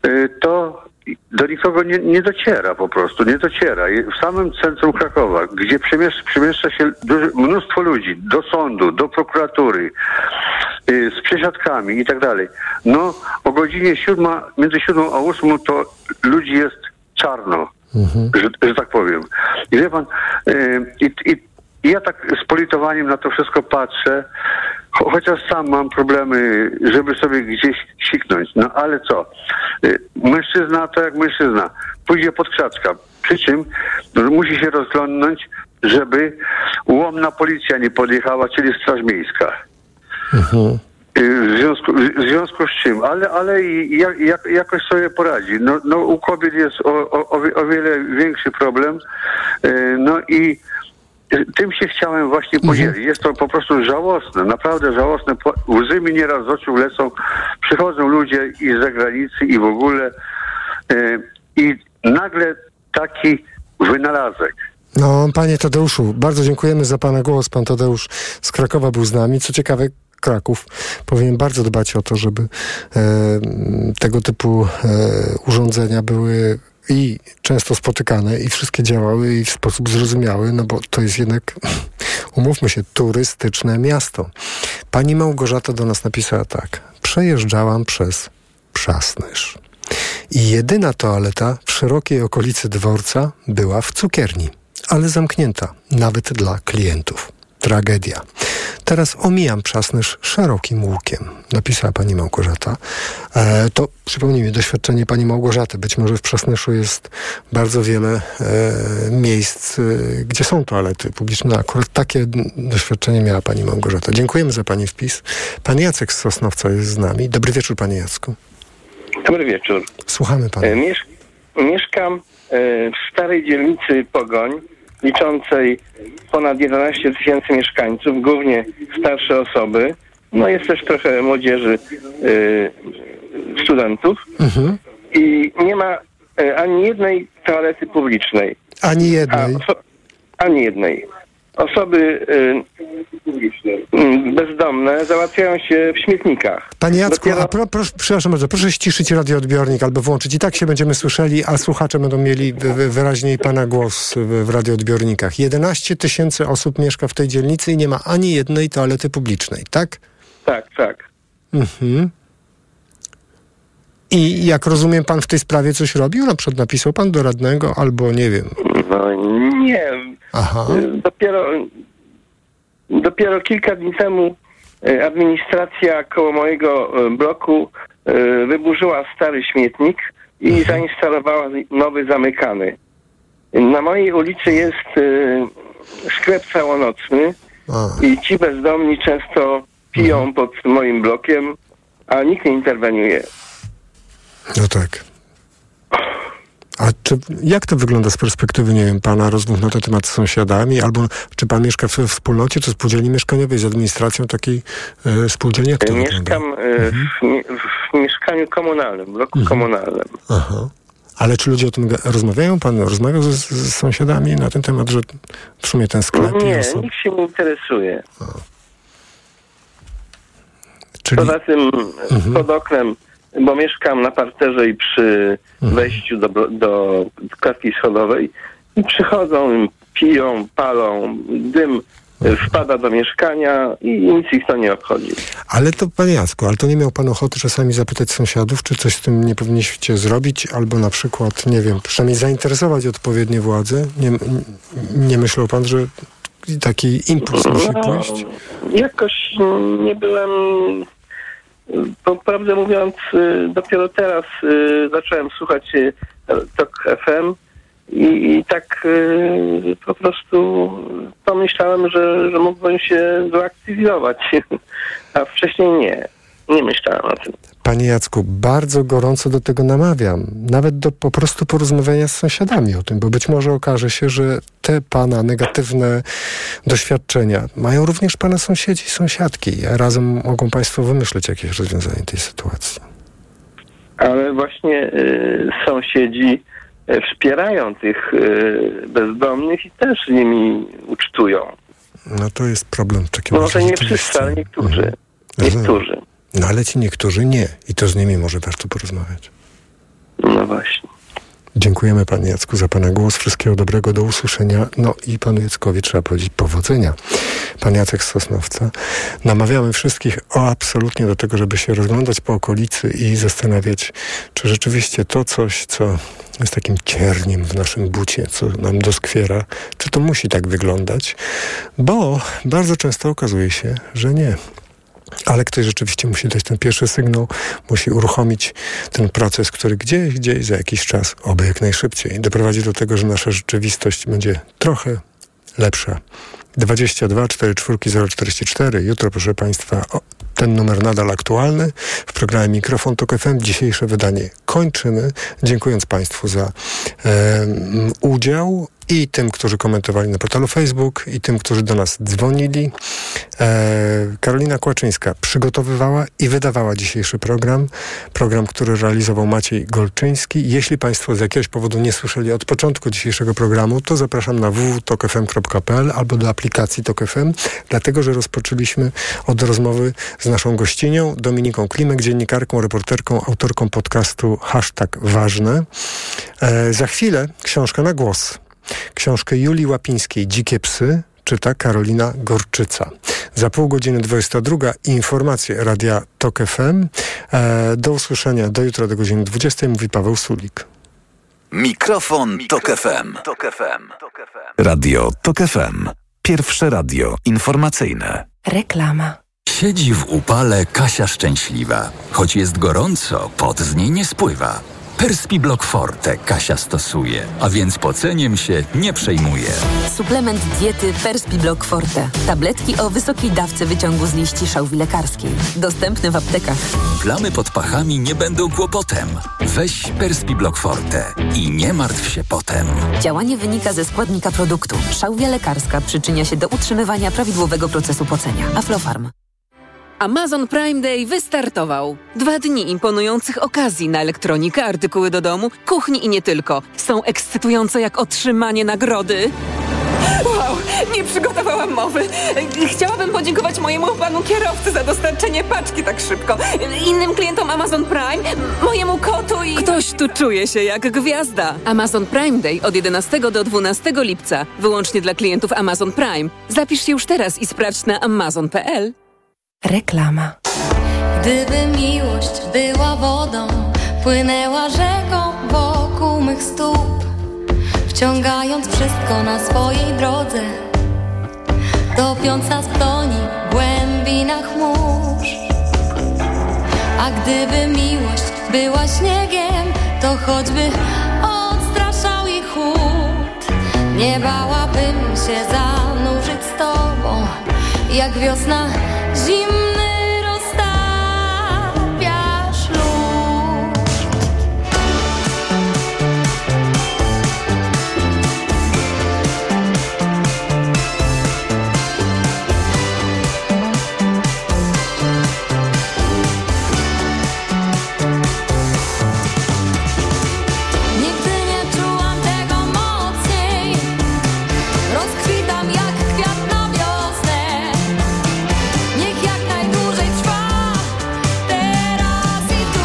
to do nikogo nie, nie dociera po prostu, nie dociera. W samym centrum Krakowa, gdzie przemieszcza, przemieszcza się duży, mnóstwo ludzi, do sądu, do prokuratury, yy, z przesiadkami i tak dalej. No, o godzinie siódma, między siódmą a ósmą to ludzi jest czarno, mhm. że, że tak powiem. I wie pan, yy, i, i ja tak z politowaniem na to wszystko patrzę, cho- chociaż sam mam problemy, żeby sobie gdzieś siknąć. No ale co? Mężczyzna to jak mężczyzna. Pójdzie pod krzaczka. Przy czym musi się rozglądnąć, żeby ułomna policja nie podjechała, czyli Straż Miejska. Mhm. W związku, w związku z czym, ale, ale jak, jak, jakoś sobie poradzi. No, no u kobiet jest o, o, o wiele większy problem. No i tym się chciałem właśnie podzielić. Jest to po prostu żałosne, naprawdę żałosne. Łzy mi nieraz z oczu lecą. Przychodzą ludzie i z zagranicy i w ogóle yy, i nagle taki wynalazek. No, panie Tadeuszu, bardzo dziękujemy za pana głos. Pan Tadeusz z Krakowa był z nami. Co ciekawe, Kraków powinien bardzo dbać o to, żeby e, tego typu e, urządzenia były i często spotykane i wszystkie działały i w sposób zrozumiały, no bo to jest jednak, umówmy się, turystyczne miasto. Pani Małgorzata do nas napisała tak. Przejeżdżałam przez Przasnysz i jedyna toaleta w szerokiej okolicy dworca była w cukierni, ale zamknięta, nawet dla klientów. Tragedia. Teraz omijam Przasnysz szerokim łukiem, napisała pani Małgorzata. E, to przypomnijmy doświadczenie pani Małgorzaty. Być może w Przasnyszu jest bardzo wiele e, miejsc, e, gdzie są toalety publiczne. Akurat takie doświadczenie miała pani Małgorzata. Dziękujemy za pani wpis. Pan Jacek z Sosnowca jest z nami. Dobry wieczór, panie Jacku. Dobry wieczór. Słuchamy pana. E, miesz- mieszkam e, w starej dzielnicy Pogoń, liczącej ponad jedenaście tysięcy mieszkańców, głównie starsze osoby. No jest też trochę młodzieży, y, studentów. Mhm. I nie ma y, ani jednej toalety publicznej. Ani jednej? A, oso- ani jednej. Osoby y, bezdomne załatwiają się w śmietnikach. Panie Jacku, Dopiero... a pro, proszę, przepraszam bardzo, proszę ściszyć radioodbiornik albo włączyć. I tak się będziemy słyszeli, a słuchacze będą mieli wyraźniej pana głos w, w radioodbiornikach. jedenaście tysięcy osób mieszka w tej dzielnicy i nie ma ani jednej toalety publicznej, tak? Tak, tak. Mhm. I jak rozumiem, pan w tej sprawie coś robił? Na przykład napisał pan do radnego albo nie wiem. No nie. Aha. Dopiero, dopiero kilka dni temu administracja koło mojego bloku wyburzyła stary śmietnik i zainstalowała nowy zamykany. Na mojej ulicy jest sklep całonocny i ci bezdomni często piją pod moim blokiem, a nikt nie interweniuje. No tak. A czy, jak to wygląda z perspektywy, nie wiem, pana rozmów na ten temat z sąsiadami, albo czy pan mieszka w, w wspólnocie, czy spółdzielni mieszkaniowej z administracją takiej e, spółdzielni? Jak to Mieszkam e, mhm. w, w mieszkaniu komunalnym, bloku mhm. komunalnym. Aha. Ale czy ludzie o tym rozmawiają? Pan rozmawiał z, z sąsiadami na ten temat, że w sumie ten sklep... Nie, osob... nikt się nie interesuje. A. Czyli... Poza tym mhm. pod oknem, bo mieszkam na parterze i przy mhm. wejściu do, do klatki schodowej i przychodzą, piją, palą, dym wpada do mieszkania i nic ich to nie obchodzi. Ale to, panie Jacku, ale to nie miał pan ochoty czasami zapytać sąsiadów, czy coś z tym nie powinniście zrobić, albo na przykład, nie wiem, przynajmniej zainteresować odpowiednie władze? Nie, nie myślał pan, że taki impuls musi no, pójść? Jakoś nie byłem... Po prawdę mówiąc, dopiero teraz zacząłem słuchać Tok F M i, i tak po prostu pomyślałem, że, że mógłbym się zaaktywizować, a wcześniej nie. Nie myślałem o tym. Panie Jacku, bardzo gorąco do tego namawiam. Nawet do po prostu porozmawiania z sąsiadami o tym, bo być może okaże się, że te pana negatywne doświadczenia mają również pana sąsiedzi i sąsiadki. A razem mogą państwo wymyśleć jakieś rozwiązanie tej sytuacji. Ale właśnie y, sąsiedzi y, wspierają tych y, bezdomnych i też z nimi ucztują. No to jest problem w takim razie. Może nie wszyscy, ale niektórzy. Mhm. Niektórzy. No ale ci niektórzy nie. I to z nimi może warto porozmawiać. No właśnie. Dziękujemy panie Jacku za pana głos. Wszystkiego dobrego, do usłyszenia. No i panu Jackowi trzeba powiedzieć powodzenia. Pan Jacek z Sosnowca. Namawiamy wszystkich o absolutnie do tego, żeby się rozglądać po okolicy i zastanawiać, czy rzeczywiście to coś, co jest takim cierniem w naszym bucie, co nam doskwiera, czy to musi tak wyglądać, bo bardzo często okazuje się, że nie. Ale ktoś rzeczywiście musi dać ten pierwszy sygnał, musi uruchomić ten proces, który gdzieś, gdzieś za jakiś czas, oby jak najszybciej, doprowadzi do tego, że nasza rzeczywistość będzie trochę lepsza. dwadzieścia dwa czterdzieści cztery zero czterdzieści cztery. Jutro, proszę państwa, o, ten numer nadal aktualny. W programie Mikrofon Tok F M dzisiejsze wydanie kończymy. Dziękując państwu za e, udział i tym, którzy komentowali na portalu Facebook, i tym, którzy do nas dzwonili. E, Karolina Kłaczyńska przygotowywała i wydawała dzisiejszy program. Program, który realizował Maciej Golczyński. Jeśli państwo z jakiegoś powodu nie słyszeli od początku dzisiejszego programu, to zapraszam na w w w kropka tok f m kropka p l albo do aplikacji Tok F M, dlatego, że rozpoczęliśmy od rozmowy z naszą gościnią, Dominiką Klimek, dziennikarką, reporterką, autorką podcastu Hashtag Ważne. E, za chwilę książka na głos. Książkę Julii Łapińskiej „Dzikie psy” czyta Karolina Gorczyca. Za pół godziny dwudziesta druga informacje Radia Tok F M. E, do usłyszenia, do jutra, do godziny dwudziestej, mówi Paweł Sulik. Mikrofon Tok F M. Radio Tok F M. Pierwsze radio informacyjne. Reklama. Siedzi w upale Kasia szczęśliwa. Choć jest gorąco, pot z niej nie spływa. Perspiblock Forte Kasia stosuje, a więc poceniem się nie przejmuje. Suplement diety Perspiblock Forte. Tabletki o wysokiej dawce wyciągu z liści szałwi lekarskiej. Dostępne w aptekach. Plamy pod pachami nie będą kłopotem. Weź Perspiblock Forte i nie martw się potem. Działanie wynika ze składnika produktu. Szałwia lekarska przyczynia się do utrzymywania prawidłowego procesu pocenia. Aflofarm. Amazon Prime Day wystartował. Dwa dni imponujących okazji na elektronikę, artykuły do domu, kuchni i nie tylko. Są ekscytujące jak otrzymanie nagrody. Wow, nie przygotowałam mowy. Chciałabym podziękować mojemu panu kierowcy za dostarczenie paczki tak szybko. Innym klientom Amazon Prime, mojemu kotu i... Ktoś tu czuje się jak gwiazda. Amazon Prime Day od jedenastego do dwunastego lipca. Wyłącznie dla klientów Amazon Prime. Zapisz się już teraz i sprawdź na amazon kropka p l. Reklama. Gdyby miłość była wodą, płynęła rzeką wokół mych stóp, wciągając wszystko na swojej drodze, topiąca stoni głębi głębinach mórz. A gdyby miłość była śniegiem, to choćby odstraszał ich chłód. Nie bałabym się zanurzyć z tobą, jak wiosna zimny roztapiasz lód. Nigdy nie czułam tego mocniej. Rozkwitam jak kwiat na wiosnę. Niech jak najdłużej trwa, teraz i tu.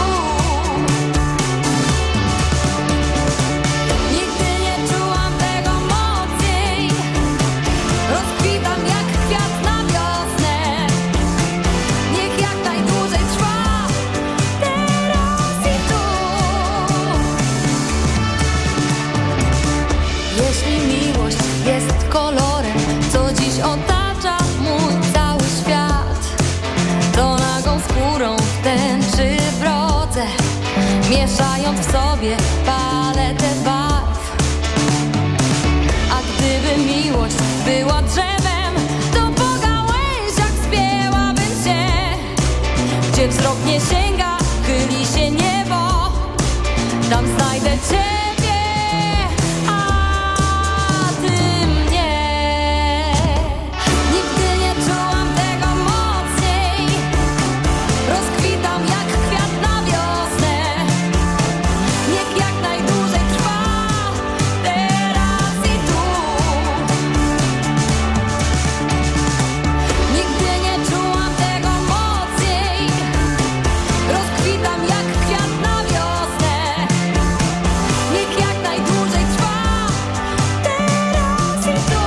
Nigdy nie czułam tego mocniej. Rozkwitam jak kwiat na wiosnę. Niech jak najdłużej trwa, teraz i tu. Jeśli miłość jest kolorem, co dziś otacza mój cały świat, to nagą skórą w tęczy brodzę, mieszając w sobie paletę barw. A gdyby miłość była drzewem, to po gałęziach spięłabym się. Gdzie wzrok nie sięga, chyli się niebo, tam znajdę ciebie, a ty mnie. Nigdy nie czułam tego mocniej. Rozkwitam jak kwiat na wiosnę. Niech jak najdłużej trwa, teraz i tu. Nigdy nie czułam tego mocniej. Rozkwitam jak kwiat na wiosnę. Niech jak najdłużej trwa, teraz i tu.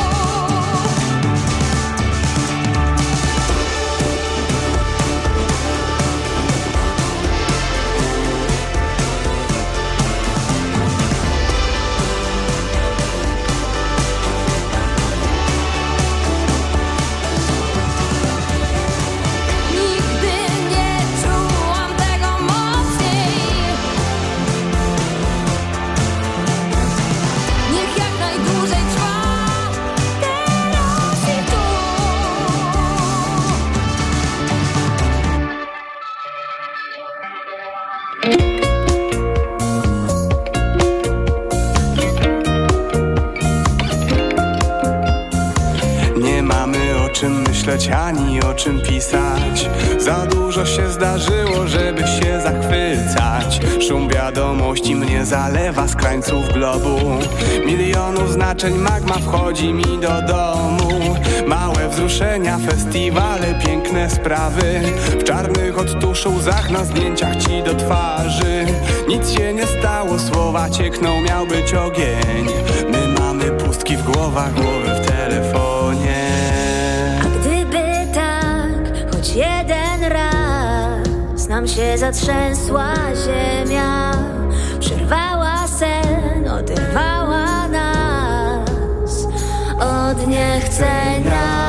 Nigdy nie czułam tego mocniej. Niech jak najdłużej trwa, teraz i tu. Nie mamy o czym myśleć, ani o czym pisać. Za dużo się zdarzyło, żeby się zachwycać. Szum wiadomości mnie zalewa z krańców globu. Milionów znaczeń magma wchodzi mi do domu. Małe wzruszenia, festiwale, piękne sprawy. W czarnych od tuszu łzach na zdjęciach ci do twarzy. Nic się nie stało, słowa ciekną, miał być ogień. My mamy pustki w głowach, głowy w telefonie. Gdyby tak, choć jeden raz nam się zatrzęsła ziemia, przerwała sen, oderwała nas od niechcenia.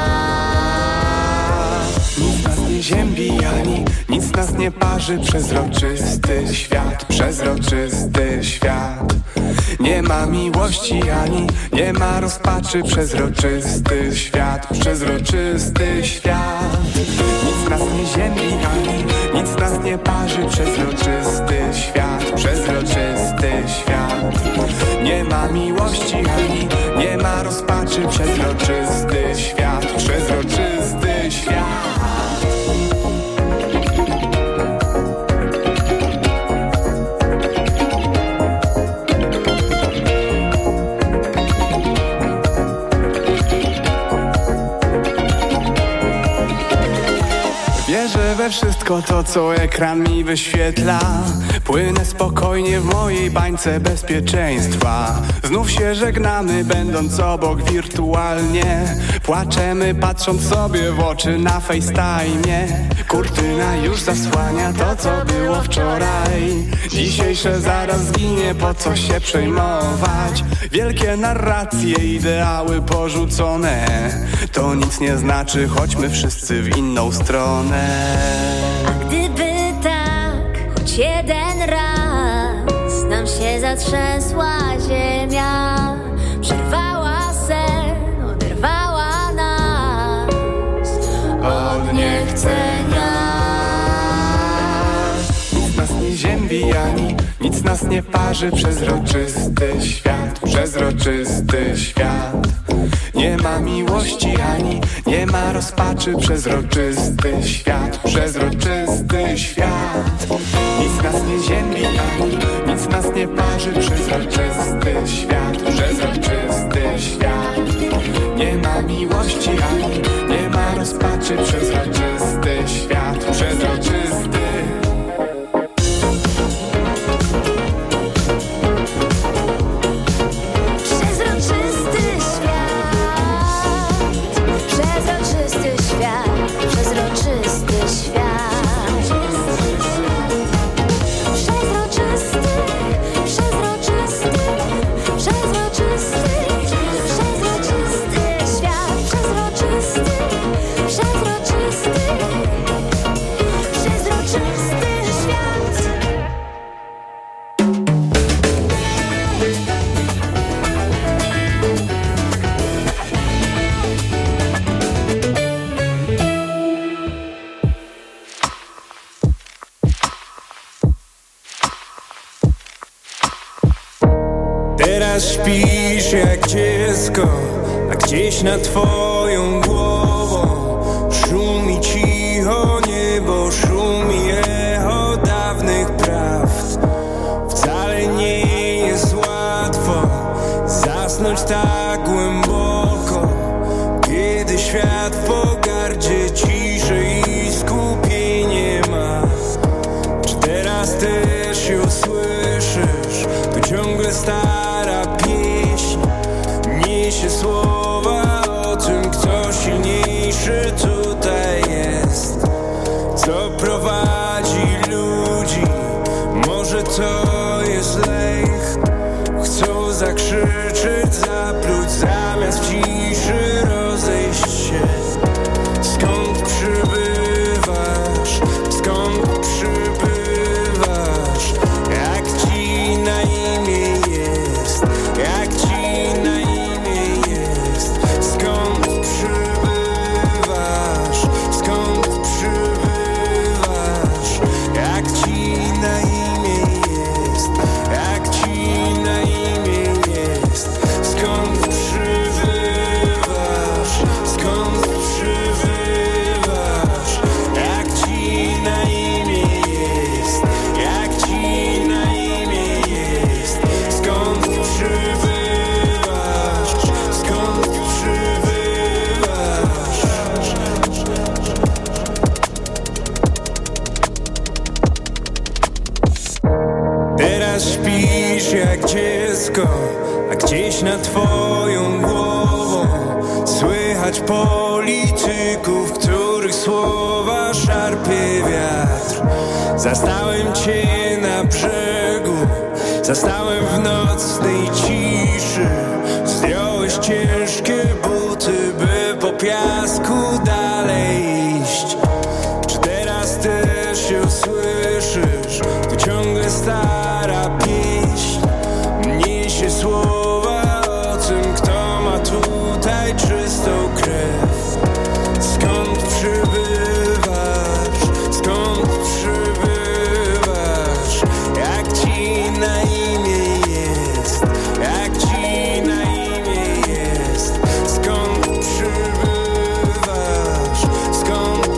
Nic nas nie ziębi ani nic nas nie parzy. Przezroczysty świat, przezroczysty świat. Nie ma miłości ani nie ma rozpaczy. Przezroczysty świat, przezroczysty świat. Nic nas nie ziębi ani nic nas nie parzy. Przezroczysty świat, przezroczysty świat. Nie ma miłości ani nie ma rozpaczy. Przezroczysty świat, przezroczysty świat. Wierzę wierzę we wszystko to, co ekran mi wyświetla. Płynę spokojnie w mojej bańce bezpieczeństwa. Znów się żegnamy, będąc obok wirtualnie. Płaczemy, patrząc sobie w oczy na FaceTime'ie. Kurtyna już zasłania to, co było wczoraj. Dzisiejsze zaraz zginie, po co się przejmować. Wielkie narracje, ideały porzucone. To nic nie znaczy, chodźmy wszyscy w inną stronę. A gdyby tak, choć jeden raz nam się zatrzęsła ziemia, przerwała sen, oderwała nas od niechcenia. Nic nas nie ziębi ani nic nas nie parzy. Przezroczysty świat, przezroczysty świat. Nie ma miłości ani nie ma rozpaczy. Przezroczysty świat, przezroczysty świat. Nic nas nie ziębi ani nic nas nie parzy. Przezroczysty świat, przezroczysty świat. Nie ma miłości ani nie ma rozpaczy. Przezroczysty świat, przezroczysty. Śpisz jak dziecko, a gdzieś nad twoją głową szumi cicho niebo, szumi echo dawnych prawd. Wcale nie jest łatwo zasnąć tak głęboko, kiedy świat w pogardzie ciszy i skupienie ma. Czy teraz też ją słyszysz? To ciągle stara pieśń niesie słowa o tym, kto silniejszy tutaj jest, co prowadzi ludzi. Może to jest lęk, chcą zakrzyczeć, zapluć, zamiast w ciszy rozejść się. Skąd przybywasz? Skąd przybywasz? Jak ci na imię jest? Jak ci na imię jest? Skąd przybywasz? Skąd przybywasz? Jak ci na imię jest? Jak ci na imię jest? Skąd przybywasz? Skąd przybywasz? Jak ci na imię jest? Jak ci na imię jest? Skąd przybywasz? Skąd przybywasz? Teraz śpisz jak dziecko, a gdzieś nad twoją głową słychać polityków, których słowa szarpie wiatr. Zastałem cię na brzegu, zastałem w nocnej ciszy. Zdjąłeś ciężkie buty, by po piasku dać